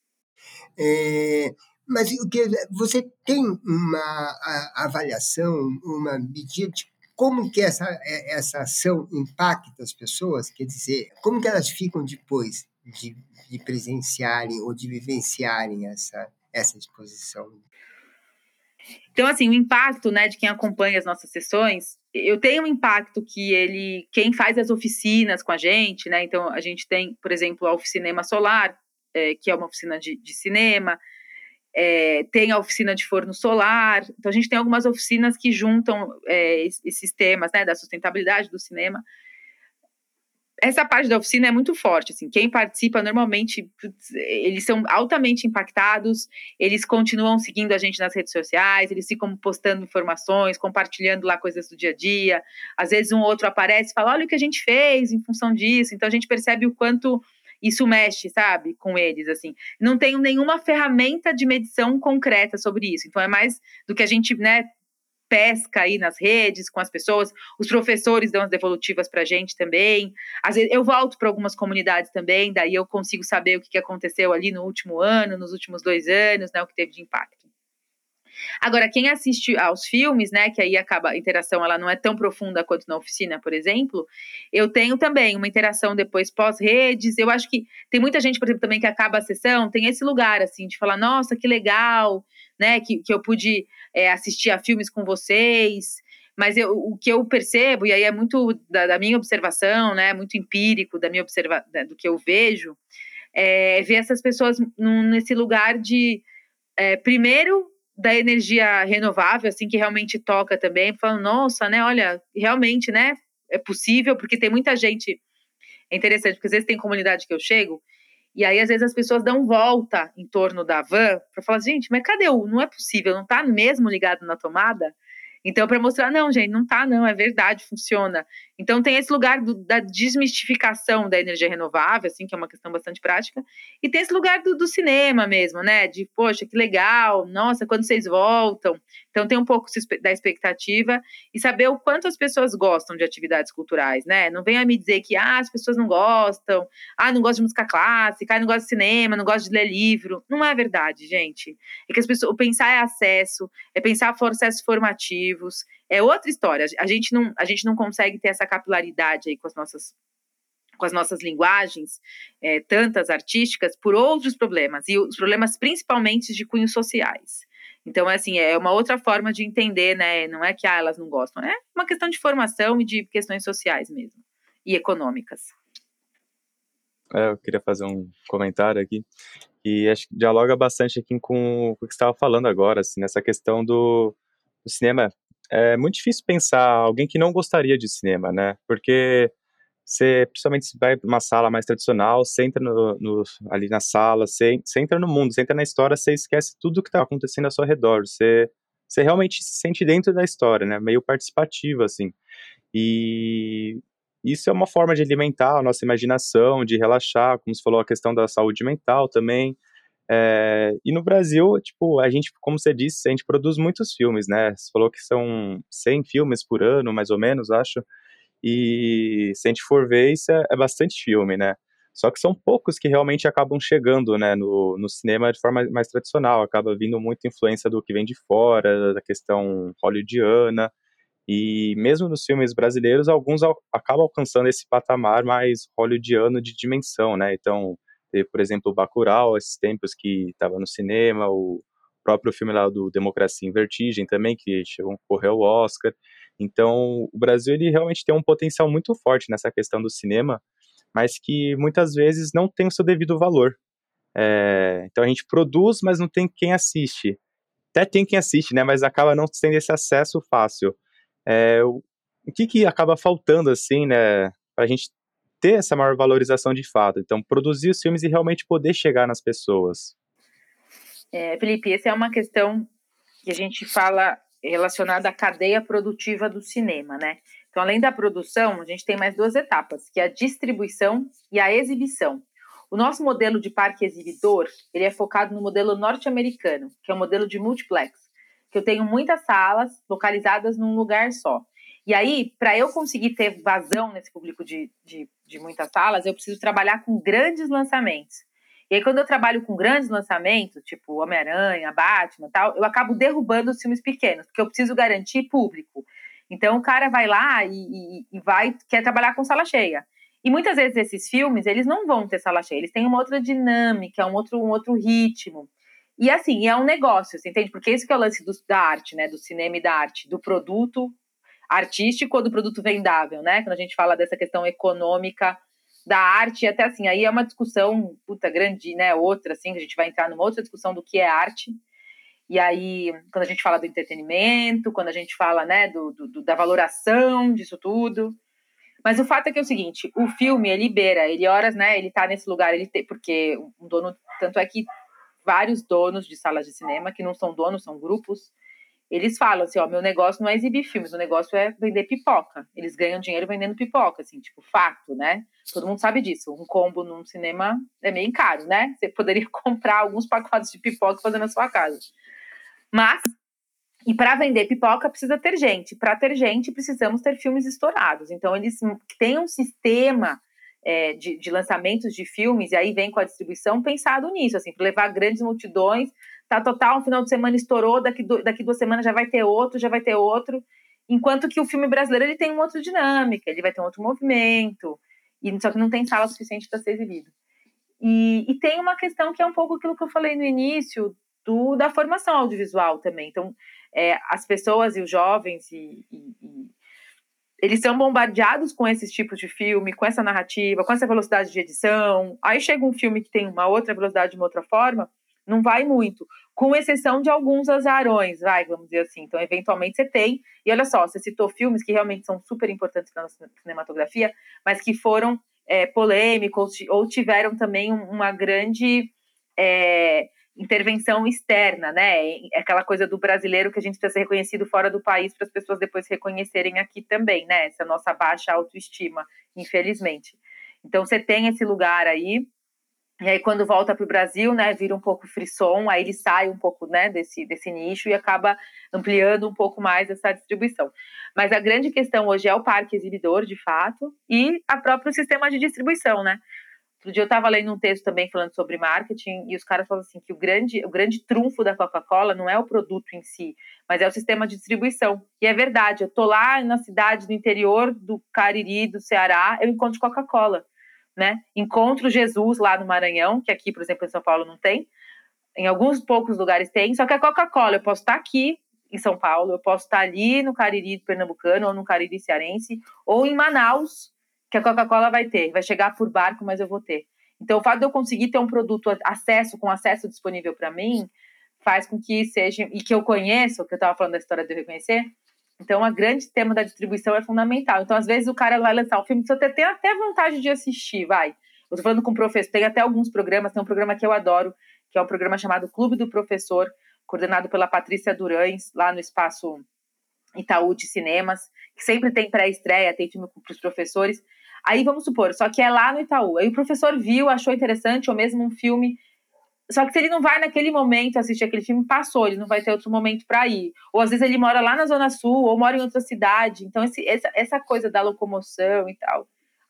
É, mas o que você tem uma avaliação, uma medida de como que essa, essa ação impacta as pessoas? Quer dizer, como que elas ficam depois de, de presenciarem ou de vivenciarem essa, essa exposição? Então, assim, o impacto, né, de quem acompanha as nossas sessões, eu tenho um impacto que ele, quem faz as oficinas com a gente, né, então a gente tem, por exemplo, a Oficinema Solar, é, que é uma oficina de, de cinema, é, tem a oficina de forno solar, então a gente tem algumas oficinas que juntam é, esses temas, né, da sustentabilidade do cinema. Essa parte da oficina é muito forte, assim, quem participa normalmente, eles são altamente impactados, eles continuam seguindo a gente nas redes sociais, eles ficam postando informações, compartilhando lá coisas do dia a dia, às vezes um outro aparece e fala, olha o que a gente fez em função disso, então a gente percebe o quanto isso mexe, sabe, com eles, assim. Não tenho nenhuma ferramenta de medição concreta sobre isso, então é mais do que a gente, né, pesca aí nas redes com as pessoas, os professores dão as devolutivas pra gente também, às vezes eu volto para algumas comunidades também, daí eu consigo saber o que aconteceu ali no último ano, nos últimos dois anos, né, o que teve de impacto. Agora, quem assiste aos filmes, né, que aí acaba, a interação ela não é tão profunda quanto na oficina, por exemplo, eu tenho também uma interação depois pós-redes, eu acho que tem muita gente, por exemplo, também que acaba a sessão, tem esse lugar, assim, de falar, nossa, que legal, né, que, que eu pude é, assistir a filmes com vocês, mas eu, o que eu percebo, e aí é muito da, da minha observação, né, muito empírico, da minha observa, do que eu vejo, é ver essas pessoas num, nesse lugar de, é, primeiro, da energia renovável, assim, que realmente toca também, falando, nossa, né, olha, realmente, né, é possível, porque tem muita gente, é interessante, porque às vezes tem comunidade que eu chego, e aí às vezes as pessoas dão volta em torno da van, para falar, gente, mas cadê o, não é possível, não tá mesmo ligado na tomada? Então, para mostrar, não, gente, não tá, não, é verdade, funciona. Então, tem esse lugar do, da desmistificação da energia renovável, assim, que é uma questão bastante prática, e tem esse lugar do, do cinema mesmo, né, de, poxa, que legal, nossa, quando vocês voltam. Então, tem um pouco da expectativa e saber o quanto as pessoas gostam de atividades culturais, né, não venha me dizer que, ah, as pessoas não gostam, ah, não gostam de música clássica, ah, não gostam de cinema, não gostam de ler livro. Não é verdade, gente. É que as pessoas, o pensar é acesso, é pensar processos formativos, é outra história. A gente não, a gente não consegue ter essa capilaridade aí com as nossas, com as nossas linguagens, é, tantas artísticas, por outros problemas, e os problemas principalmente de cunhos sociais. Então, assim, é uma outra forma de entender, né? Não é que ah, elas não gostam, é uma questão de formação e de questões sociais mesmo, e econômicas. É, eu queria fazer um comentário aqui, e acho que dialoga bastante aqui com o que você estava falando agora, assim, nessa questão do, do cinema. É muito difícil pensar alguém que não gostaria de cinema, né? Porque você, principalmente se vai para uma sala mais tradicional, você entra no, no, ali na sala, você, você entra no mundo, você entra na história, você esquece tudo que está acontecendo ao seu redor, você, você realmente se sente dentro da história, né? Meio participativo, assim. E isso é uma forma de alimentar a nossa imaginação, de relaxar, como você falou, a questão da saúde mental também. É, e no Brasil, tipo, a gente, como você disse, a gente produz muitos filmes, né? Você falou que são cem filmes por ano, mais ou menos, acho. E se a gente for ver, isso é, é bastante filme, né? Só que são poucos que realmente acabam chegando, né, no, no cinema de forma mais tradicional, acaba vindo muita influência do que vem de fora, da questão hollywoodiana, e mesmo nos filmes brasileiros, alguns al- acabam alcançando esse patamar mais hollywoodiano de dimensão, né, então, teve, por exemplo, o Bacurau, esses tempos que estava no cinema, o próprio filme lá do Democracia em Vertigem também, que chegou a concorrer ao Oscar. Então, o Brasil, ele realmente tem um potencial muito forte nessa questão do cinema, mas que muitas vezes não tem o seu devido valor. É, então a gente produz, mas não tem quem assiste. Até tem quem assiste, né? Mas acaba não tendo esse acesso fácil. É, o, o que que acaba faltando, assim, né? Para a gente ter essa maior valorização de fato. Então, produzir os filmes e realmente poder chegar nas pessoas. É, Felipe, essa é uma questão que a gente fala relacionada à cadeia produtiva do cinema, né? Então, além da produção, a gente tem mais duas etapas, que é a distribuição e a exibição. O nosso modelo de parque exibidor, ele é focado no modelo norte-americano, que é o modelo de multiplex, que eu tenho muitas salas localizadas num lugar só. E aí, para eu conseguir ter vazão nesse público de, de, de muitas salas, eu preciso trabalhar com grandes lançamentos. E aí, quando eu trabalho com grandes lançamentos, tipo Homem-Aranha, Batman e tal, eu acabo derrubando os filmes pequenos, porque eu preciso garantir público. Então, o cara vai lá e, e, e vai, quer trabalhar com sala cheia. E muitas vezes esses filmes, eles não vão ter sala cheia, eles têm uma outra dinâmica, um outro, um outro ritmo. E assim, é um negócio, você entende? Porque esse que é o lance do, da arte, né? Do cinema e da arte, do produto artístico ou do produto vendável, né? Quando a gente fala dessa questão econômica da arte, até assim, aí é uma discussão, puta, grande, né, outra, assim, que a gente vai entrar numa outra discussão do que é arte, e aí, quando a gente fala do entretenimento, quando a gente fala, né, do, do, da valoração disso tudo, mas o fato é que é o seguinte, o filme, ele beira, ele horas, né, ele tá nesse lugar, ele tem, porque um dono, tanto é que vários donos de salas de cinema, que não são donos, são grupos, eles falam assim, ó, meu negócio não é exibir filmes, o negócio é vender pipoca. Eles ganham dinheiro vendendo pipoca, assim, tipo, fato, né? Todo mundo sabe disso. Um combo num cinema é meio caro, né? Você poderia comprar alguns pacotes de pipoca e fazer na sua casa. Mas, e para vender pipoca precisa ter gente. Para ter gente, precisamos ter filmes estourados. Então, eles têm um sistema é, de, de lançamentos de filmes, e aí vem com a distribuição pensado nisso, assim, para levar grandes multidões. Tá total, um final de semana estourou, daqui, do, daqui duas semanas já vai ter outro, já vai ter outro. Enquanto que o filme brasileiro, ele tem uma outra dinâmica, ele vai ter um outro movimento, e, só que não tem sala suficiente para ser exibido. E, e tem uma questão que é um pouco aquilo que eu falei no início, do, da formação audiovisual também. Então, é, as pessoas e os jovens, e, e, e, eles são bombardeados com esses tipos de filme, com essa narrativa, com essa velocidade de edição. Aí chega um filme que tem uma outra velocidade, de uma outra forma, não vai muito, com exceção de alguns azarões, vai, vamos dizer assim. Então, eventualmente, você tem. E olha só, você citou filmes que realmente são super importantes para a nossa cinematografia, mas que foram é, polêmicos ou tiveram também uma grande é, intervenção externa, né? Aquela coisa do brasileiro que a gente precisa ser reconhecido fora do país para as pessoas depois reconhecerem aqui também, né? Essa nossa baixa autoestima, infelizmente. Então, você tem esse lugar aí. E aí, quando volta para o Brasil, né, vira um pouco frisson, aí ele sai um pouco, né, desse, desse nicho e acaba ampliando um pouco mais essa distribuição. Mas a grande questão hoje é o parque exibidor, de fato, e a próprio sistema de distribuição, né? Outro dia eu estava lendo um texto também falando sobre marketing e os caras falam assim que o grande, o grande trunfo da Coca-Cola não é o produto em si, mas é o sistema de distribuição. E é verdade, eu tô lá na cidade do interior do Cariri, do Ceará, eu encontro Coca-Cola. Né? Encontro Jesus lá no Maranhão, que aqui, por exemplo, em São Paulo não tem. Em alguns poucos lugares tem, só que a Coca-Cola, eu posso estar aqui em São Paulo, eu posso estar ali no Cariri pernambucano, ou no Cariri cearense, ou em Manaus, que a Coca-Cola vai ter. Vai chegar por barco, mas eu vou ter. Então, o fato de eu conseguir ter um produto acesso, com acesso disponível para mim, faz com que seja, e que eu conheço, que eu estava falando da história de eu reconhecer. Então, o grande tema da distribuição é fundamental. Então, às vezes, o cara vai lançar um filme, você tem até vontade de assistir, vai. Eu tô falando com o professor, tem até alguns programas, tem um programa que eu adoro, que é um programa chamado Clube do Professor, coordenado pela Patrícia Durães, lá no Espaço Itaú de Cinemas, que sempre tem pré-estreia, tem filme para os professores. Aí, vamos supor, só que é lá no Itaú. Aí o professor viu, achou interessante, ou mesmo um filme. Só que se ele não vai naquele momento assistir aquele filme, passou, ele não vai ter outro momento para ir. Ou às vezes ele mora lá na Zona Sul, ou mora em outra cidade. Então, esse, essa, essa coisa da locomoção e tal,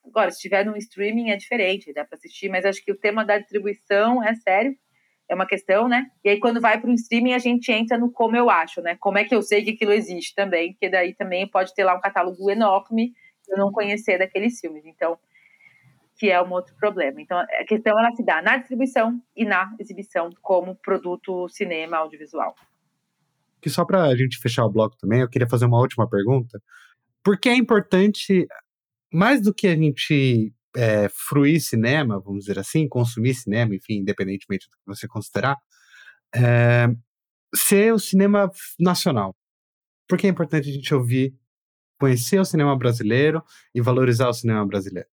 Agora, se tiver no streaming é diferente, dá para assistir, mas acho que o tema da distribuição é sério, é uma questão, né? E aí, quando vai para o streaming, a gente entra no como eu acho, né? Como é que eu sei que aquilo existe também, porque daí também pode ter lá um catálogo enorme e eu não conhecer daqueles filmes. Então, que é um outro problema. Então, a questão ela se dá na distribuição e na exibição como produto cinema audiovisual. Que só para a gente fechar o bloco também, eu queria fazer uma última pergunta. Por que é importante, mais do que a gente é, fruir cinema, vamos dizer assim, consumir cinema, enfim, independentemente do que você considerar, é, ser o cinema nacional? Por que é importante a gente ouvir, conhecer o cinema brasileiro e valorizar o cinema brasileiro?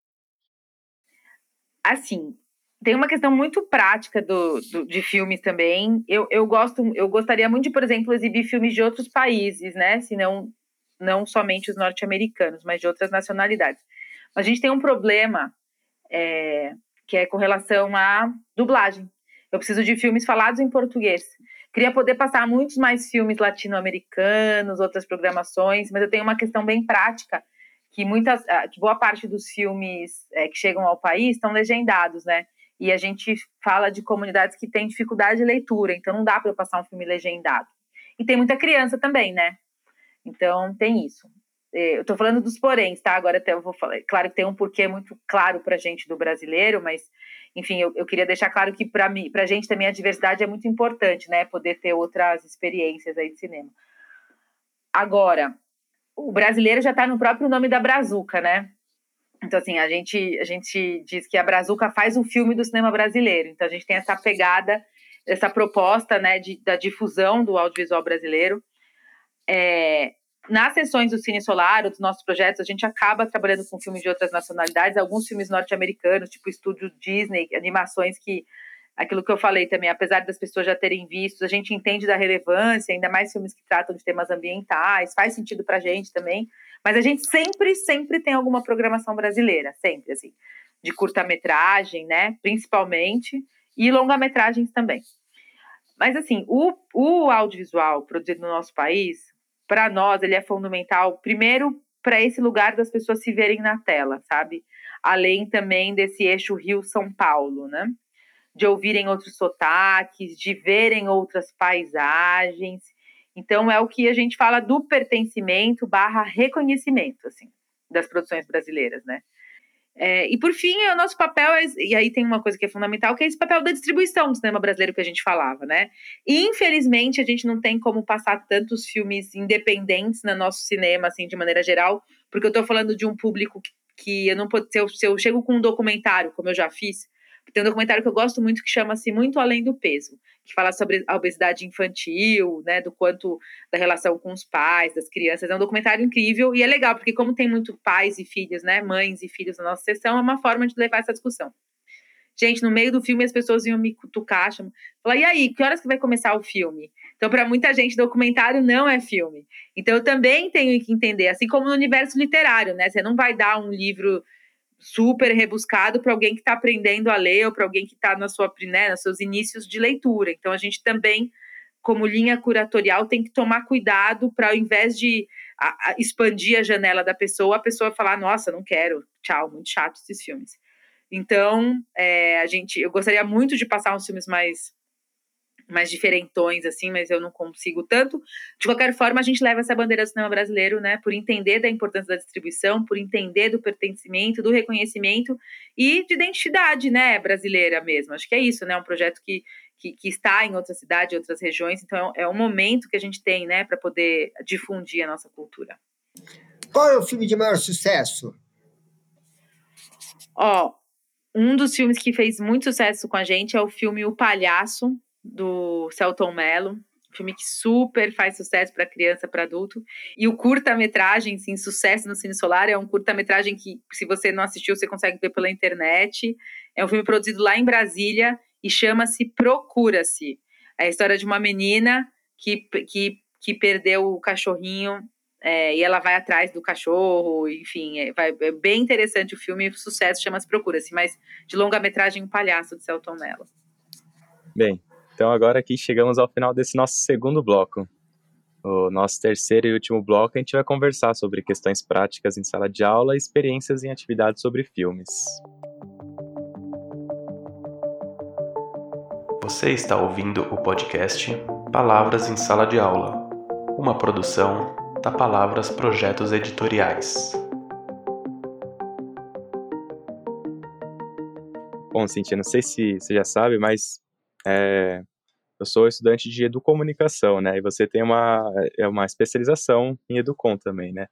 Assim, tem uma questão muito prática do, do, de filmes também. Eu, eu, gosto, eu gostaria muito de, por exemplo, exibir filmes de outros países, né? Se não, não somente os norte-americanos, mas de outras nacionalidades. A gente tem um problema é, que é com relação à dublagem. Eu preciso de filmes falados em português. Queria poder passar muitos mais filmes latino-americanos, outras programações, mas eu tenho uma questão bem prática, que, muitas, que boa parte dos filmes é, que chegam ao país estão legendados, né? E a gente fala de comunidades que têm dificuldade de leitura, então não dá para eu passar um filme legendado. E tem muita criança também, né? Então tem isso. Eu tô falando dos poréns, tá? Agora até eu vou falar. Claro que tem um porquê muito claro pra gente do brasileiro, mas, enfim, eu, eu queria deixar claro que pra mim, pra gente também a diversidade é muito importante, né? Poder ter outras experiências aí de cinema. Agora, o brasileiro já tá no próprio nome da Brazuca, né? Então, assim, a gente, a gente diz que a Brazuca faz um filme do cinema brasileiro. Então, a gente tem essa pegada, essa proposta, né, de, da difusão do audiovisual brasileiro. É, nas sessões do Cine Solar, ou dos nossos projetos, a gente acaba trabalhando com filmes de outras nacionalidades, alguns filmes norte-americanos, tipo Estúdio Disney, animações que, aquilo que eu falei também, apesar das pessoas já terem visto, a gente entende da relevância, ainda mais filmes que tratam de temas ambientais, faz sentido pra gente também, mas a gente sempre, sempre tem alguma programação brasileira, sempre, assim, de curta-metragem, né, principalmente, e longa-metragens também. Mas, assim, o, o audiovisual produzido no nosso país, para nós, ele é fundamental, primeiro, para esse lugar das pessoas se verem na tela, sabe? Além também desse eixo Rio-São Paulo, né? De ouvirem outros sotaques, de verem outras paisagens. Então, é o que a gente fala do pertencimento barra reconhecimento, assim, das produções brasileiras, né? É, e por fim, o nosso papel, é, e aí tem uma coisa que é fundamental, que é esse papel da distribuição do cinema brasileiro que a gente falava, né? E, infelizmente, a gente não tem como passar tantos filmes independentes no nosso cinema, assim, de maneira geral, porque eu tô falando de um público que, que eu não posso, se eu, se eu chego com um documentário, como eu já fiz, tem um documentário que eu gosto muito que chama-se Muito Além do Peso, que fala sobre a obesidade infantil, né, do quanto da relação com os pais, das crianças. É um documentário incrível e é legal, porque como tem muito pais e filhos, né, mães e filhos na nossa sessão, é uma forma de levar essa discussão. Gente, no meio do filme as pessoas iam me cutucar, chamam, falar, e aí, que horas que vai começar o filme? Então, para muita gente, documentário não é filme. Então, eu também tenho que entender, assim como no universo literário, né, você não vai dar um livro super rebuscado para alguém que está aprendendo a ler ou para alguém que está na sua, né, nos seus inícios de leitura. Então, a gente também, como linha curatorial, tem que tomar cuidado para, ao invés de a, a expandir a janela da pessoa, a pessoa falar, nossa, não quero, tchau, muito chato esses filmes. Então, é, a gente, eu gostaria muito de passar uns filmes mais... mais diferentões, assim, mas eu não consigo tanto. De qualquer forma, a gente leva essa bandeira do cinema brasileiro, né, por entender da importância da distribuição, por entender do pertencimento, do reconhecimento e de identidade, né, brasileira mesmo. Acho que é isso, né, um projeto que, que, que está em outra cidade, em outras regiões, então é um momento que a gente tem, né, para poder difundir a nossa cultura. Qual é o filme de maior sucesso? Ó, um dos filmes que fez muito sucesso com a gente é o filme O Palhaço, do Selton Mello, um filme que super faz sucesso para criança, para adulto. E o curta-metragem, sim, Sucesso no Cine Solar, é um curta-metragem que, se você não assistiu, você consegue ver pela internet. É um filme produzido lá em Brasília e chama-se Procura-se. É a história de uma menina que, que, que perdeu o cachorrinho é, e ela vai atrás do cachorro, enfim, é, vai, é bem interessante o filme, o sucesso chama-se Procura-se, mas de longa-metragem O Palhaço, de Selton Mello. Bem, então agora aqui chegamos ao final desse nosso segundo bloco. O nosso terceiro e último bloco, a gente vai conversar sobre questões práticas em sala de aula e experiências em atividades sobre filmes. Você está ouvindo o podcast Palavras em Sala de Aula, uma produção da Palavras Projetos Editoriais. Bom, Cintia, não sei se você já sabe, mas é, eu sou estudante de educomunicação, né? E você tem uma, é uma especialização em educom também, né?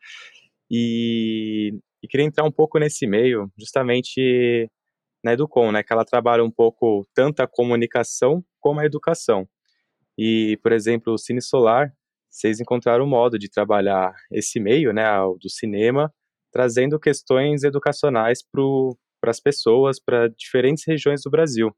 E, e queria entrar um pouco nesse meio, justamente na educom, né? Que ela trabalha um pouco tanto a comunicação como a educação. E, por exemplo, o Cine Solar, vocês encontraram um modo de trabalhar esse meio, né, do cinema, trazendo questões educacionais para as pessoas, para diferentes regiões do Brasil.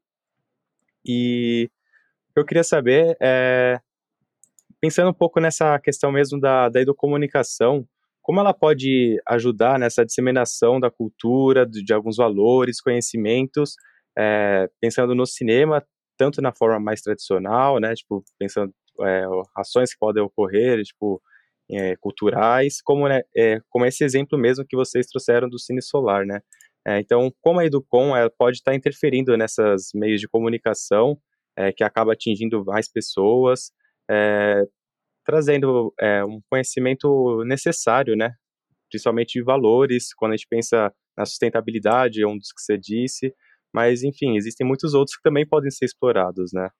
E o que eu queria saber é, pensando um pouco nessa questão mesmo da, da educomunicação, como ela pode ajudar nessa disseminação da cultura, de, de alguns valores, conhecimentos, é, pensando no cinema, tanto na forma mais tradicional, né, tipo, pensando é, ações que podem ocorrer, tipo, é, culturais, como, né, é, como esse exemplo mesmo que vocês trouxeram do Cine Solar, né. É, então, como a Educom ela pode estar interferindo nessas meios de comunicação, é, que acaba atingindo mais pessoas, é, trazendo é, um conhecimento necessário, né, principalmente de valores, quando a gente pensa na sustentabilidade, é um dos que você disse, mas, enfim, existem muitos outros que também podem ser explorados, né?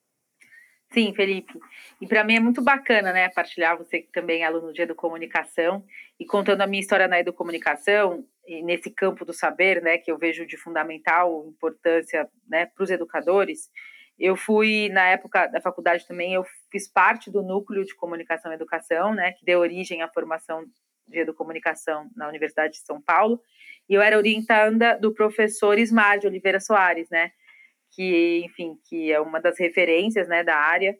Sim, Felipe. E para mim é muito bacana, né, partilhar, você que também é aluno de educomunicação, e contando a minha história na educomunicação, e nesse campo do saber, né, que eu vejo de fundamental importância, né, para os educadores. Eu fui, na época da faculdade também, eu fiz parte do núcleo de comunicação e educação, né, que deu origem à formação de educomunicação na Universidade de São Paulo, e eu era orientanda do professor Ismar de Oliveira Soares, né, que, enfim, que é uma das referências, né, da área.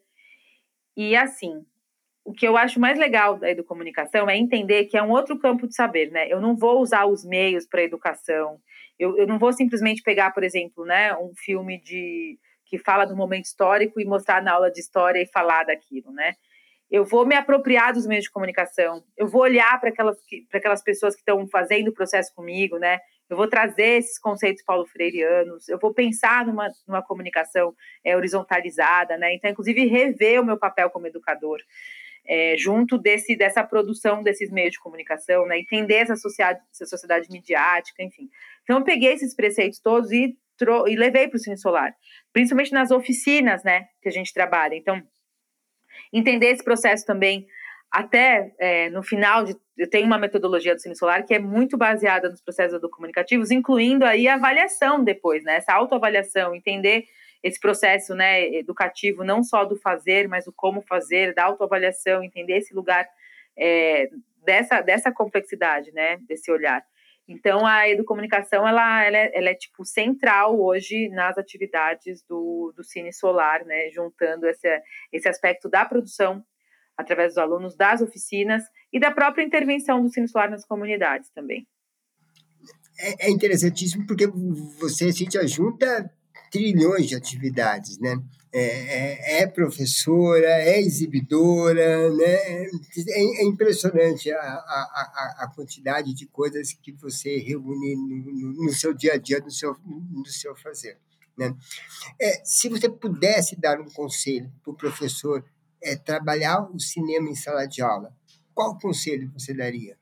E, assim, o que eu acho mais legal da educomunicação é entender que é um outro campo de saber, né? Eu não vou usar os meios para a educação, eu, eu não vou simplesmente pegar, por exemplo, né, um filme de, que fala do momento histórico e mostrar na aula de história e falar daquilo, né? Eu vou me apropriar dos meios de comunicação, eu vou olhar para aquelas, para aquelas pessoas que estão fazendo o processo comigo, né? Eu vou trazer esses conceitos paulo-freireanos, eu vou pensar numa, numa comunicação é, horizontalizada, né? Então, inclusive, rever o meu papel como educador, é, junto desse, dessa produção desses meios de comunicação, né? Entender essa sociedade, essa sociedade midiática, enfim. Então, eu peguei esses preceitos todos e, tro- e levei para o Cine Solar, principalmente nas oficinas, né, que a gente trabalha. Então, entender esse processo também, até é, no final, de, eu tenho uma metodologia do Cine Solar que é muito baseada nos processos educomunicativos, incluindo aí a avaliação depois, né, essa autoavaliação, entender esse processo, né, educativo, não só do fazer, mas do como fazer, da autoavaliação, entender esse lugar é, dessa, dessa complexidade, né, desse olhar. Então, a educomunicação, ela, ela, é, ela é, tipo, central hoje nas atividades do, do Cine Solar, né, juntando esse, esse aspecto da produção, através dos alunos, das oficinas e da própria intervenção do Cine Solar nas comunidades também. É, é interessantíssimo porque você, Cíntia, junta trilhões de atividades, né? É, é, é professora, é exibidora, né? É, é impressionante a, a, a quantidade de coisas que você reúne no, no seu dia a dia, no seu, no seu fazer, né? É, se você pudesse dar um conselho para o professor é, trabalhar o cinema em sala de aula, qual conselho você daria?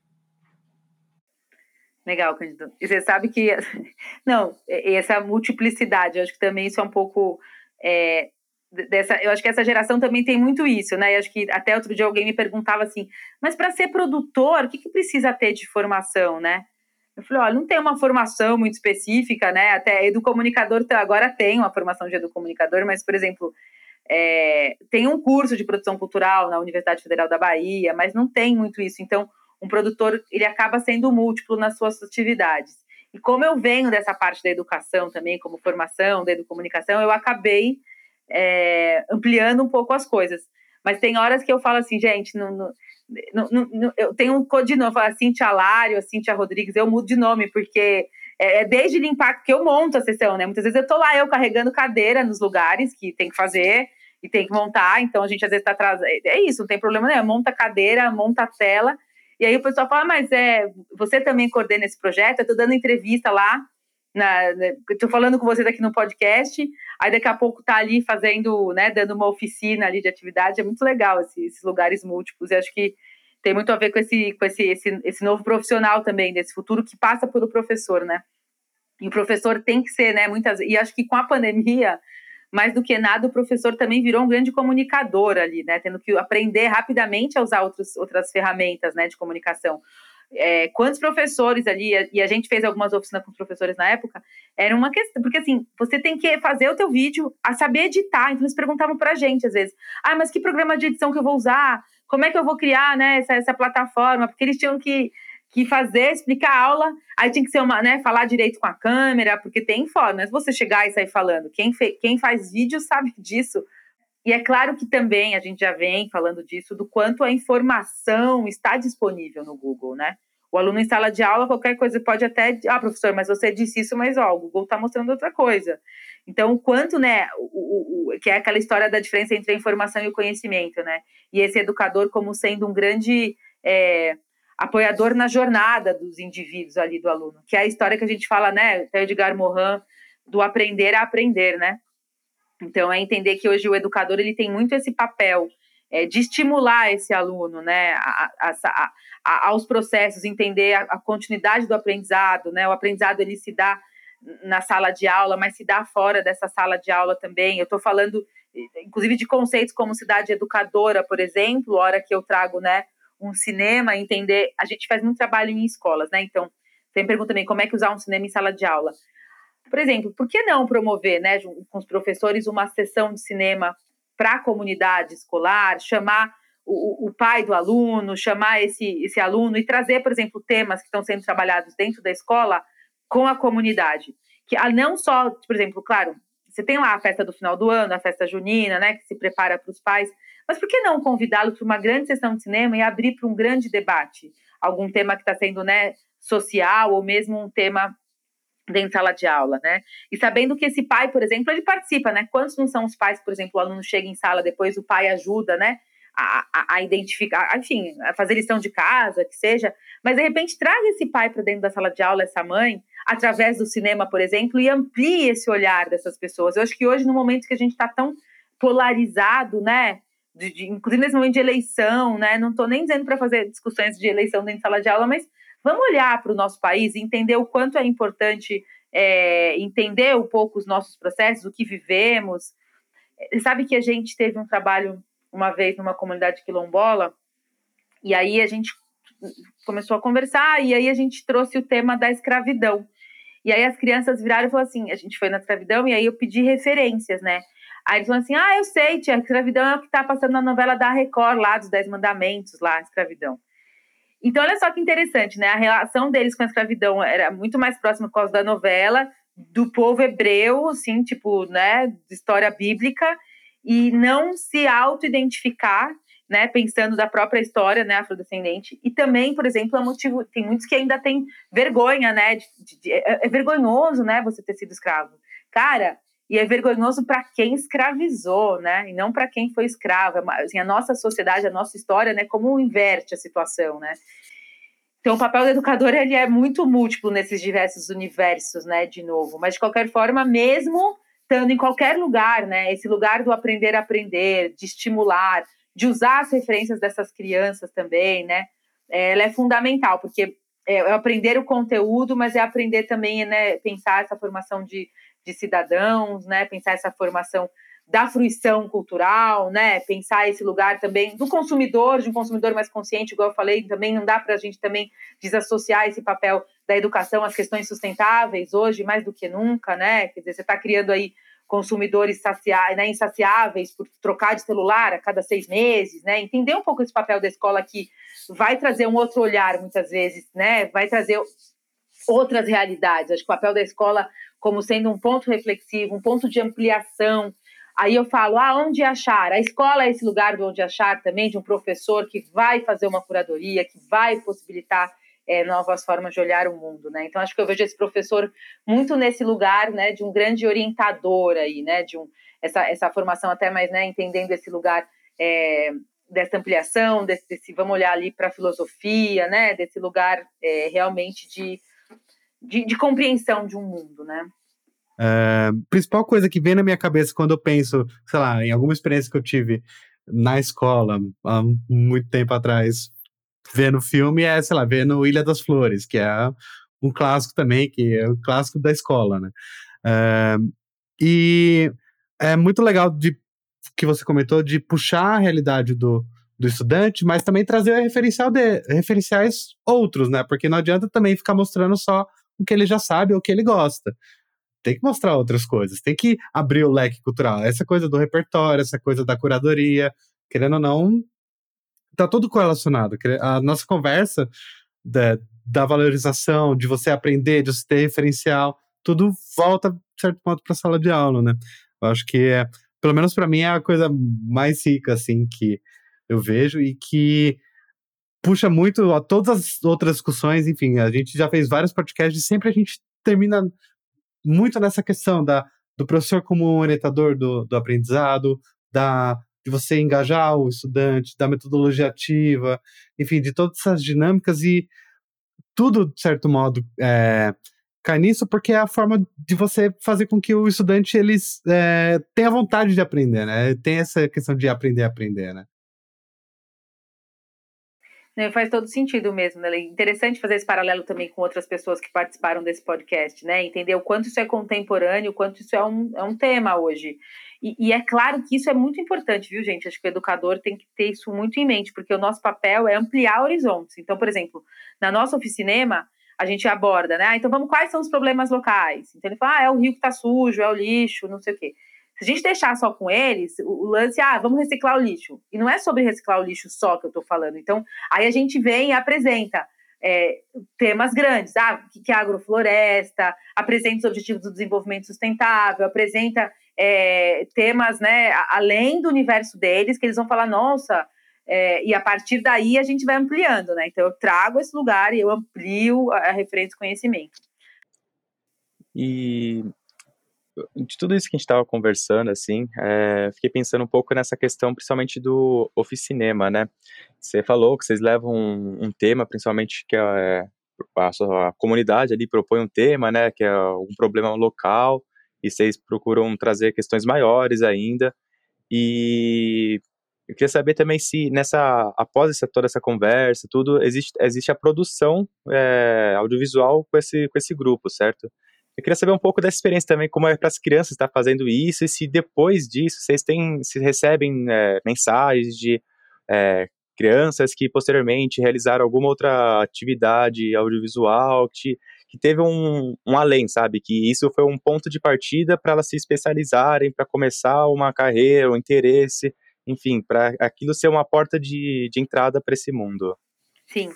Legal, Cândido. E você sabe que... Não, essa multiplicidade, eu acho que também isso é um pouco... É, dessa, eu acho que essa geração também tem muito isso, né? Eu acho que até outro dia alguém me perguntava assim, mas para ser produtor, o que, que precisa ter de formação, né? Eu falei, olha, não tem uma formação muito específica, né? Até educomunicador agora tem uma formação de educomunicador, mas, por exemplo, é, tem um curso de produção cultural na Universidade Federal da Bahia, mas não tem muito isso. Então, um produtor, ele acaba sendo múltiplo nas suas atividades. E como eu venho dessa parte da educação também, como formação da educomunicação, eu acabei é, ampliando um pouco as coisas. Mas tem horas que eu falo assim, gente, não, não, não, não, eu tenho um codinome, eu falo a Cíntia Lário, a Cíntia Rodrigues, eu mudo de nome, porque é, é desde limpar, que eu monto a sessão, né? Muitas vezes eu tô lá, eu carregando cadeira nos lugares que tem que fazer, e tem que montar, então a gente às vezes está atrasado. É isso, não tem problema nenhum, monta a cadeira, monta a tela, e aí o pessoal fala, mas é, você também coordena esse projeto? Eu estou dando entrevista lá, estou falando com vocês aqui no podcast, aí daqui a pouco tá ali fazendo, né, dando uma oficina ali de atividade, é muito legal esse, esses lugares múltiplos, e acho que tem muito a ver com, esse, com esse, esse, esse novo profissional também, desse futuro que passa pelo professor, né? E o professor tem que ser, né, muitas, e acho que com a pandemia, mais do que nada, o professor também virou um grande comunicador ali, né, tendo que aprender rapidamente a usar outros, outras ferramentas, né, de comunicação. É, quantos professores ali, e a gente fez algumas oficinas com os professores na época, era uma questão, porque assim, você tem que fazer o teu vídeo, a saber editar, então eles perguntavam pra gente às vezes, ah, mas que programa de edição que eu vou usar? Como é que eu vou criar, né, essa, essa plataforma? Porque eles tinham que, que fazer, explicar a aula, aí tinha que ser uma, né, falar direito com a câmera, porque tem formas, você chegar e sair falando, quem, fe, quem faz vídeo sabe disso. E é claro que também a gente já vem falando disso, do quanto a informação está disponível no Google, né? O aluno em sala de aula, qualquer coisa, pode até... Ah, professor, mas você disse isso, mas ó, o Google está mostrando outra coisa. Então, o quanto, né, o, o, o, que é aquela história da diferença entre a informação e o conhecimento, né? E esse educador como sendo um grande é, apoiador na jornada dos indivíduos ali, do aluno. Que é a história que a gente fala, né, até Edgar Morin, do aprender a aprender, né? Então, é entender que hoje o educador ele tem muito esse papel é, de estimular esse aluno, né, a, a, a, a, aos processos, entender a, a continuidade do aprendizado, né, o aprendizado ele se dá na sala de aula, mas se dá fora dessa sala de aula também. Eu estou falando, inclusive, de conceitos como cidade educadora, por exemplo, a hora que eu trago, né, um cinema, entender, a gente faz muito trabalho em escolas, né, então, você me pergunta também como é que usar um cinema em sala de aula. Por exemplo, por que não promover, né, com os professores, uma sessão de cinema para a comunidade escolar, chamar o, o pai do aluno, chamar esse, esse aluno e trazer, por exemplo, temas que estão sendo trabalhados dentro da escola com a comunidade. Que não só, por exemplo, claro, você tem lá a festa do final do ano, a festa junina, né, que se prepara para os pais, mas por que não convidá-lo para uma grande sessão de cinema e abrir para um grande debate? Algum tema que está sendo, né, social ou mesmo um tema dentro da sala de aula, né? E sabendo que esse pai, por exemplo, ele participa, né? Quantos não são os pais, por exemplo, o aluno chega em sala, depois o pai ajuda, né? A, a, a identificar, enfim, a fazer lição de casa, que seja, mas de repente traga esse pai para dentro da sala de aula, essa mãe, através do cinema, por exemplo, e amplie esse olhar dessas pessoas. Eu acho que hoje, no momento que a gente está tão polarizado, né? De, de, inclusive nesse momento de eleição, né? Não estou nem dizendo para fazer discussões de eleição dentro da sala de aula, mas vamos olhar para o nosso país e entender o quanto é importante é, entender um pouco os nossos processos, o que vivemos. Sabe que a gente teve um trabalho uma vez numa comunidade quilombola, e aí a gente começou a conversar, e aí a gente trouxe o tema da escravidão. E aí as crianças viraram e falaram assim, a gente foi na escravidão, e aí eu pedi referências, né? Aí eles falaram assim, ah, eu sei, tia, a escravidão é o que está passando na novela da Record, lá dos Dez Mandamentos, lá, a escravidão. Então, olha só que interessante, né? A relação deles com a escravidão era muito mais próxima por causa da novela, do povo hebreu, assim, tipo, né, de história bíblica, e não se auto-identificar, né, pensando da própria história, né, afrodescendente. E também, por exemplo, é motivo, tem muitos que ainda têm vergonha, né, de, de, de, é, é vergonhoso, né, você ter sido escravo. Cara, e é vergonhoso para quem escravizou, né? E não para quem foi escravo. Assim, a nossa sociedade, a nossa história, né? Como inverte a situação, né? Então, o papel do educador ele é muito múltiplo nesses diversos universos, né? De novo. Mas, de qualquer forma, mesmo estando em qualquer lugar, né? Esse lugar do aprender a aprender, de estimular, de usar as referências dessas crianças também, né? Ela é fundamental, porque é aprender o conteúdo, mas é aprender também, né? Pensar essa formação de de cidadãos, né, pensar essa formação da fruição cultural, né, pensar esse lugar também do consumidor, de um consumidor mais consciente, igual eu falei, também não dá para a gente também desassociar esse papel da educação às questões sustentáveis hoje, mais do que nunca, né, quer dizer, você está criando aí consumidores saciáveis, né, insaciáveis por trocar de celular a cada seis meses, né, entender um pouco esse papel da escola que vai trazer um outro olhar, muitas vezes, né, vai trazer outras realidades. Acho que o papel da escola como sendo um ponto reflexivo, um ponto de ampliação. Aí eu falo, ah, onde achar? A escola é esse lugar do onde achar também, de um professor que vai fazer uma curadoria, que vai possibilitar é, novas formas de olhar o mundo, né? Então, acho que eu vejo esse professor muito nesse lugar, né, de um grande orientador aí, né, de um, essa, essa formação até mais, né, entendendo esse lugar é, dessa ampliação, desse, desse, vamos olhar ali para a filosofia, né, desse lugar é, realmente de, de, de compreensão de um mundo, né. A principal coisa que vem na minha cabeça quando eu penso, sei lá, em alguma experiência que eu tive na escola, há muito tempo atrás, vendo filme, é, sei lá, vendo Ilha das Flores, que é um clássico também, que é o clássico da escola, né? Uh, e é muito legal de, que você comentou de puxar a realidade do, do estudante, mas também trazer referencial de, referenciais outros, né? Porque não adianta também ficar mostrando só o que ele já sabe ou o que ele gosta. Tem que mostrar outras coisas, tem que abrir o leque cultural. Essa coisa do repertório, essa coisa da curadoria, querendo ou não, tá tudo correlacionado. A nossa conversa da, da valorização, de você aprender, de você ter referencial, tudo volta, de certo ponto, para a sala de aula, né? Eu acho que, é, pelo menos para mim, é a coisa mais rica, assim, que eu vejo e que puxa muito a todas as outras discussões. Enfim, a gente já fez vários podcasts e sempre a gente termina muito nessa questão da, do professor como orientador do, do aprendizado, da, de você engajar o estudante, da metodologia ativa, enfim, de todas essas dinâmicas, e tudo, de certo modo, é, cai nisso porque é a forma de você fazer com que o estudante eles, é, tenha vontade de aprender, né? Tem essa questão de aprender a aprender, né? Faz todo sentido mesmo, né? É interessante fazer esse paralelo também com outras pessoas que participaram desse podcast, né? Entender o quanto isso é contemporâneo, o quanto isso é um, é um tema hoje. E, e é claro que isso é muito importante, viu, gente? Acho que o educador tem que ter isso muito em mente, porque o nosso papel é ampliar horizontes. Então, por exemplo, na nossa oficinema, a gente aborda, né? Ah, então vamos, quais são os problemas locais? Então ele fala, ah, é o rio que tá sujo, é o lixo, não sei o quê. Se a gente deixar só com eles, o, o lance, ah, vamos reciclar o lixo. E não é sobre reciclar o lixo só que eu tô falando. Então, aí a gente vem e apresenta é, temas grandes. Ah, o que é agrofloresta, apresenta os objetivos do desenvolvimento sustentável, apresenta é, temas, né, além do universo deles, que eles vão falar, nossa, é, e a partir daí a gente vai ampliando, né? Então eu trago esse lugar e eu amplio a, a referência do conhecimento. E de tudo isso que a gente estava conversando, assim, é, fiquei pensando um pouco nessa questão, principalmente do oficinema, né? Você falou que vocês levam um, um tema, principalmente que é, a, sua, a comunidade ali propõe um tema, né? Que é um problema local, e vocês procuram trazer questões maiores ainda. E eu queria saber também se nessa, após essa, toda essa conversa, tudo, existe, existe a produção é, audiovisual com esse, com esse grupo, certo? Eu queria saber um pouco dessa experiência também, como é para as crianças estar fazendo isso, e se depois disso vocês têm, se recebem é, mensagens de é, crianças que posteriormente realizaram alguma outra atividade audiovisual, que, que teve um, um além, sabe? Que isso foi um ponto de partida para elas se especializarem, para começar uma carreira, um interesse, enfim, para aquilo ser uma porta de, de entrada para esse mundo. Sim.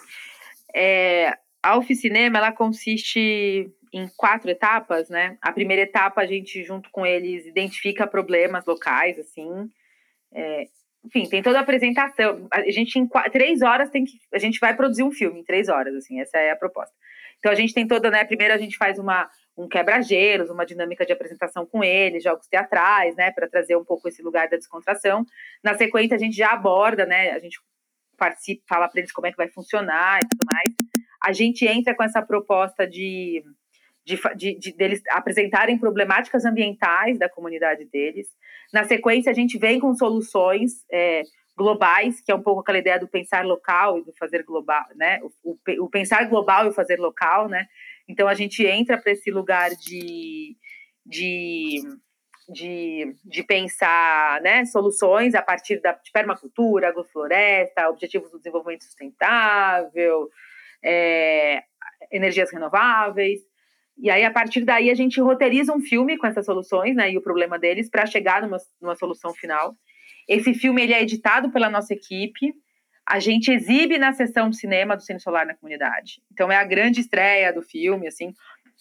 É, a oficinema, ela consiste em quatro etapas, né? A primeira etapa, a gente, junto com eles, identifica problemas locais, assim. É, enfim, tem toda a apresentação. A gente, em quatro, três horas, tem que, a gente vai produzir um filme, em três horas, assim, essa é a proposta. Então, a gente tem toda, né? Primeiro, a gente faz uma, um quebra-gelos, uma dinâmica de apresentação com eles, jogos teatrais, né? Para trazer um pouco esse lugar da descontração. Na sequência, a gente já aborda, né? A gente participa, fala para eles como é que vai funcionar e tudo mais. A gente entra com essa proposta de... De, de, de deles apresentarem problemáticas ambientais da comunidade deles. Na sequência, a gente vem com soluções é, globais, que é um pouco aquela ideia do pensar local e do fazer global, né? O, o, o pensar global e o fazer local, né? Então, a gente entra para esse lugar de, de, de, de pensar, né, soluções a partir da, de permacultura, agrofloresta, objetivos do desenvolvimento sustentável, é, energias renováveis. E aí, a partir daí, a gente roteiriza um filme com essas soluções, né, e o problema deles, para chegar numa, numa solução final. Esse filme ele é editado pela nossa equipe. A gente exibe na sessão de cinema do Cine Solar na comunidade. Então, é a grande estreia do filme, assim,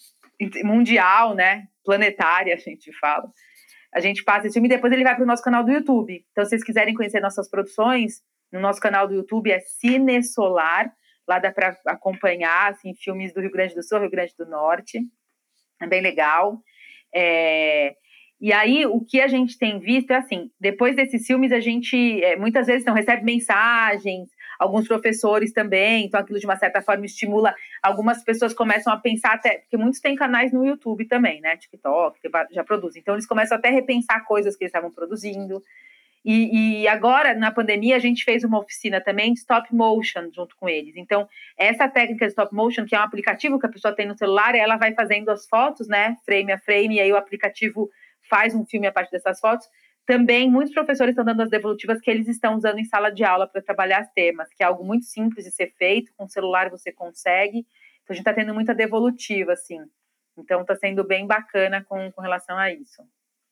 mundial, né, planetária, a gente fala. A gente passa esse filme e depois ele vai para o nosso canal do YouTube. Então, se vocês quiserem conhecer nossas produções, no nosso canal do YouTube é Cine Solar. Lá dá para acompanhar assim, filmes do Rio Grande do Sul, Rio Grande do Norte. É bem legal. É... E aí, o que a gente tem visto é assim, depois desses filmes, a gente é, muitas vezes não recebe mensagens, alguns professores também, então aquilo de uma certa forma estimula, algumas pessoas começam a pensar até, porque muitos têm canais no YouTube também, né, TikTok, já produzem, então eles começam até a repensar coisas que eles estavam produzindo. E, e agora, na pandemia, a gente fez uma oficina também de stop motion junto com eles. Então, essa técnica de stop motion, que é um aplicativo que a pessoa tem no celular, ela vai fazendo as fotos, né, frame a frame, e aí o aplicativo faz um filme a partir dessas fotos. Também, muitos professores estão dando as devolutivas que eles estão usando em sala de aula para trabalhar as temas, que é algo muito simples de ser feito, com o celular você consegue. Então, a gente está tendo muita devolutiva, assim. Então, está sendo bem bacana com, com relação a isso.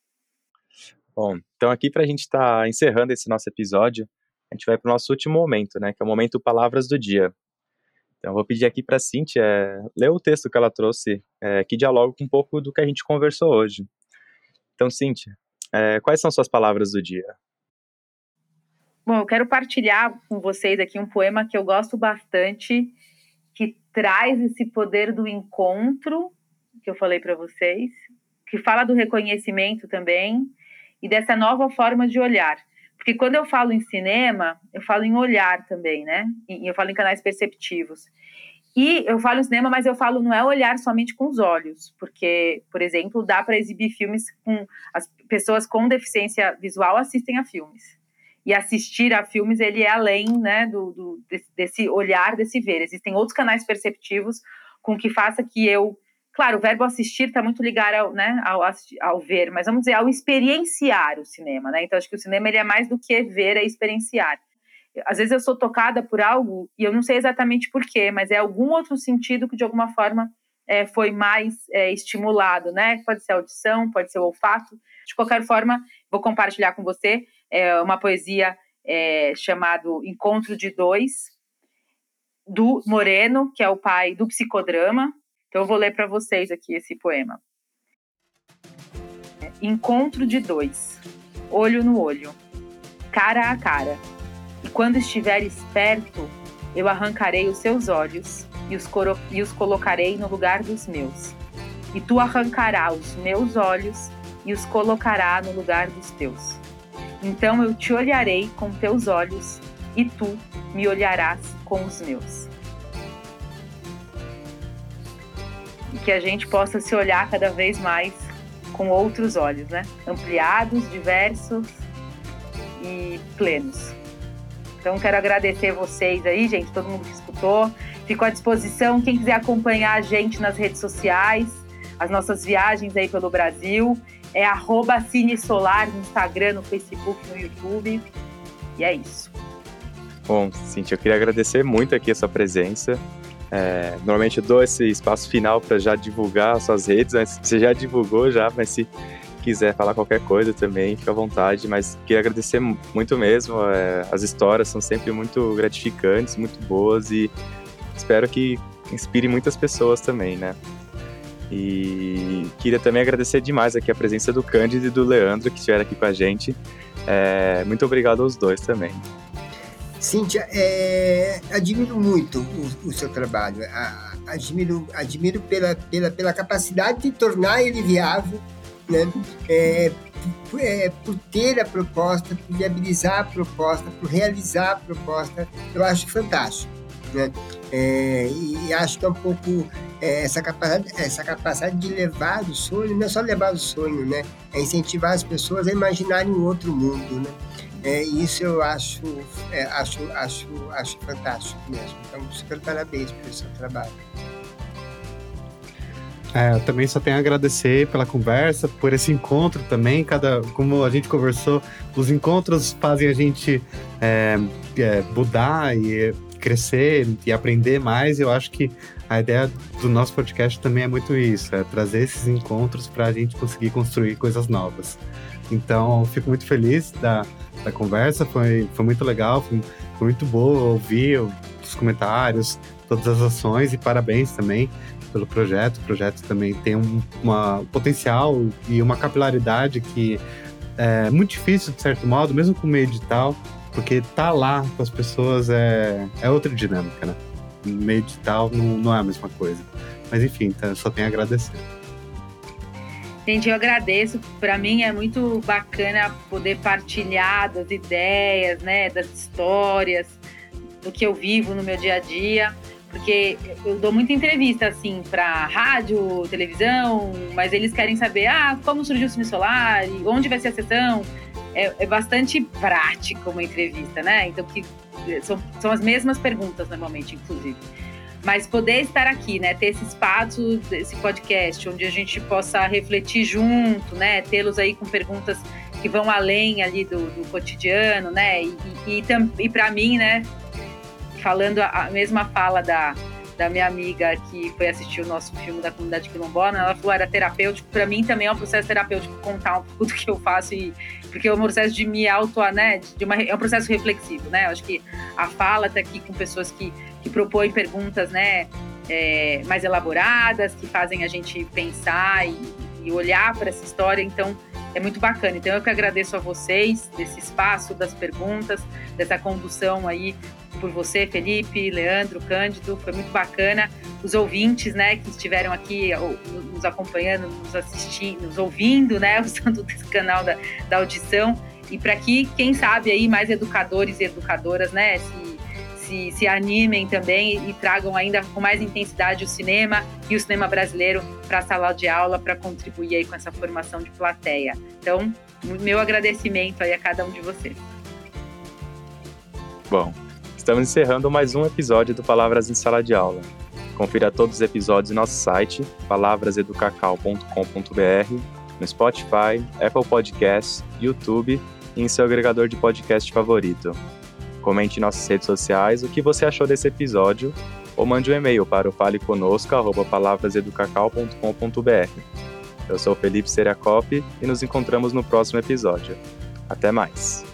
Bom, então aqui para a gente estar tá encerrando esse nosso episódio, a gente vai para o nosso último momento, né, que é o momento Palavras do Dia. Então, eu vou pedir aqui para a Cíntia é, ler o texto que ela trouxe, é, que dialoga com um pouco do que a gente conversou hoje. Então, Cíntia, é, quais são suas palavras do dia? Bom, eu quero partilhar com vocês aqui um poema que eu gosto bastante, que traz esse poder do encontro, que eu falei para vocês, que fala do reconhecimento também, e dessa nova forma de olhar. Porque quando eu falo em cinema, eu falo em olhar também, né? E eu falo em canais perceptivos. E eu falo em cinema, mas eu falo não é olhar somente com os olhos. Porque, por exemplo, dá para exibir filmes com... As pessoas com deficiência visual assistem a filmes. E assistir a filmes, ele é além, né, do, do, desse, desse olhar, desse ver. Existem outros canais perceptivos com que faça que eu... Claro, o verbo assistir está muito ligado ao, né, ao, ao ver, mas vamos dizer, ao experienciar o cinema, né? Então, acho que o cinema ele é mais do que ver, é experienciar. Às vezes eu sou tocada por algo e eu não sei exatamente por quê, mas é algum outro sentido que, de alguma forma, é, foi mais é, estimulado, né? Pode ser a audição, pode ser o olfato. De qualquer forma, vou compartilhar com você é, uma poesia é, chamado Encontro de Dois, do Moreno, que é o pai do psicodrama. Então, eu vou ler para vocês aqui esse poema. Encontro de dois, olho no olho, cara a cara. E quando estiveres perto, eu arrancarei os seus olhos e os, coro- e os colocarei no lugar dos meus. E tu arrancarás os meus olhos e os colocarás no lugar dos teus. Então eu te olharei com teus olhos e tu me olharás com os meus. E que a gente possa se olhar cada vez mais com outros olhos, né? Ampliados, diversos e plenos. Então, quero agradecer vocês aí, gente, todo mundo que escutou. Fico à disposição, quem quiser acompanhar a gente nas redes sociais, as nossas viagens aí pelo Brasil, é arroba Cine Solar no Instagram, no Facebook, no YouTube. E é isso. Bom, Cíntia, eu queria agradecer muito aqui a sua presença. É, normalmente eu dou esse espaço final para já divulgar as suas redes, mas você já divulgou já, mas se quiser falar qualquer coisa também, fica à vontade, mas queria agradecer muito mesmo, é, as histórias são sempre muito gratificantes, muito boas e espero que inspire muitas pessoas também, né? E queria também agradecer demais aqui a presença do Cândido e do Leandro que estiveram aqui com a gente, é, muito obrigado aos dois também. Cíntia, é, admiro muito o, o seu trabalho, a, admiro, admiro pela, pela, pela capacidade de tornar ele viável, né? É, por, é, por ter a proposta, por viabilizar a proposta, por realizar a proposta, eu acho fantástico, né? É, e acho que é um pouco é, essa, capacidade, essa capacidade de levar o sonho, não é só levar o sonho, né? É incentivar as pessoas a imaginarem um outro mundo, né? É, isso eu acho, é, acho, acho, acho fantástico mesmo. Então, super parabéns pelo seu trabalho. É, eu também só tenho a agradecer pela conversa, por esse encontro também. Cada, como a gente conversou, os encontros fazem a gente é, é, mudar e crescer e aprender mais. Eu acho que a ideia do nosso podcast também é muito isso, é trazer esses encontros para a gente conseguir construir coisas novas. Então, fico muito feliz da, da conversa, foi, foi muito legal, foi, foi muito boa ouvir os comentários, todas as ações e parabéns também pelo projeto. O projeto também tem um uma, potencial e uma capilaridade que é muito difícil, de certo modo, mesmo com o meio digital, porque tá lá com as pessoas é, é outra dinâmica, né? No meio digital não, não é a mesma coisa. Mas enfim, tá, só tenho a agradecer. Gente, eu agradeço. Para mim é muito bacana poder partilhar das ideias, né, das histórias, do que eu vivo no meu dia a dia, porque eu dou muita entrevista, assim, para rádio, televisão, mas eles querem saber, ah, como surgiu o Cine Solar, onde vai ser a sessão. É, é bastante prático uma entrevista, né? Então, que são, são as mesmas perguntas, normalmente, inclusive. Mas poder estar aqui, né, ter esse espaço, esse podcast, onde a gente possa refletir junto, né, tê-los aí com perguntas que vão além ali do, do cotidiano, né, e, e, e, e para mim, né, falando a, a mesma fala da, da minha amiga que foi assistir o nosso filme da Comunidade Quilombola, ela falou, era terapêutico, para mim também é um processo terapêutico contar um pouco do que eu faço, e, porque é um processo de me auto, né, de uma, é um processo reflexivo, né, eu acho que a fala tá aqui com pessoas que que propõem perguntas, né, é, mais elaboradas, que fazem a gente pensar e, e olhar para essa história, então é muito bacana. Então eu que agradeço a vocês desse espaço, das perguntas, dessa condução aí por você, Felipe, Leandro, Cândido, foi muito bacana. Os ouvintes, né, que estiveram aqui nos acompanhando, nos assistindo, nos ouvindo, né, usando esse canal da, da audição, e para que, quem sabe aí, mais educadores e educadoras, né, se Se, se animem também e, e tragam ainda com mais intensidade o cinema e o cinema brasileiro para a sala de aula, para contribuir aí com essa formação de plateia. Então, meu agradecimento aí a cada um de vocês. Bom, estamos encerrando mais um episódio do Palavras em Sala de Aula. Confira todos os episódios em nosso site, palavras educacau ponto com ponto b r, no Spotify, Apple Podcasts, YouTube e em seu agregador de podcast favorito. Comente em nossas redes sociais o que você achou desse episódio ou mande um e-mail para o faleconosco arroba palavras educacau ponto com ponto b r. Eu sou o Felipe Seriacopi e nos encontramos no próximo episódio. Até mais!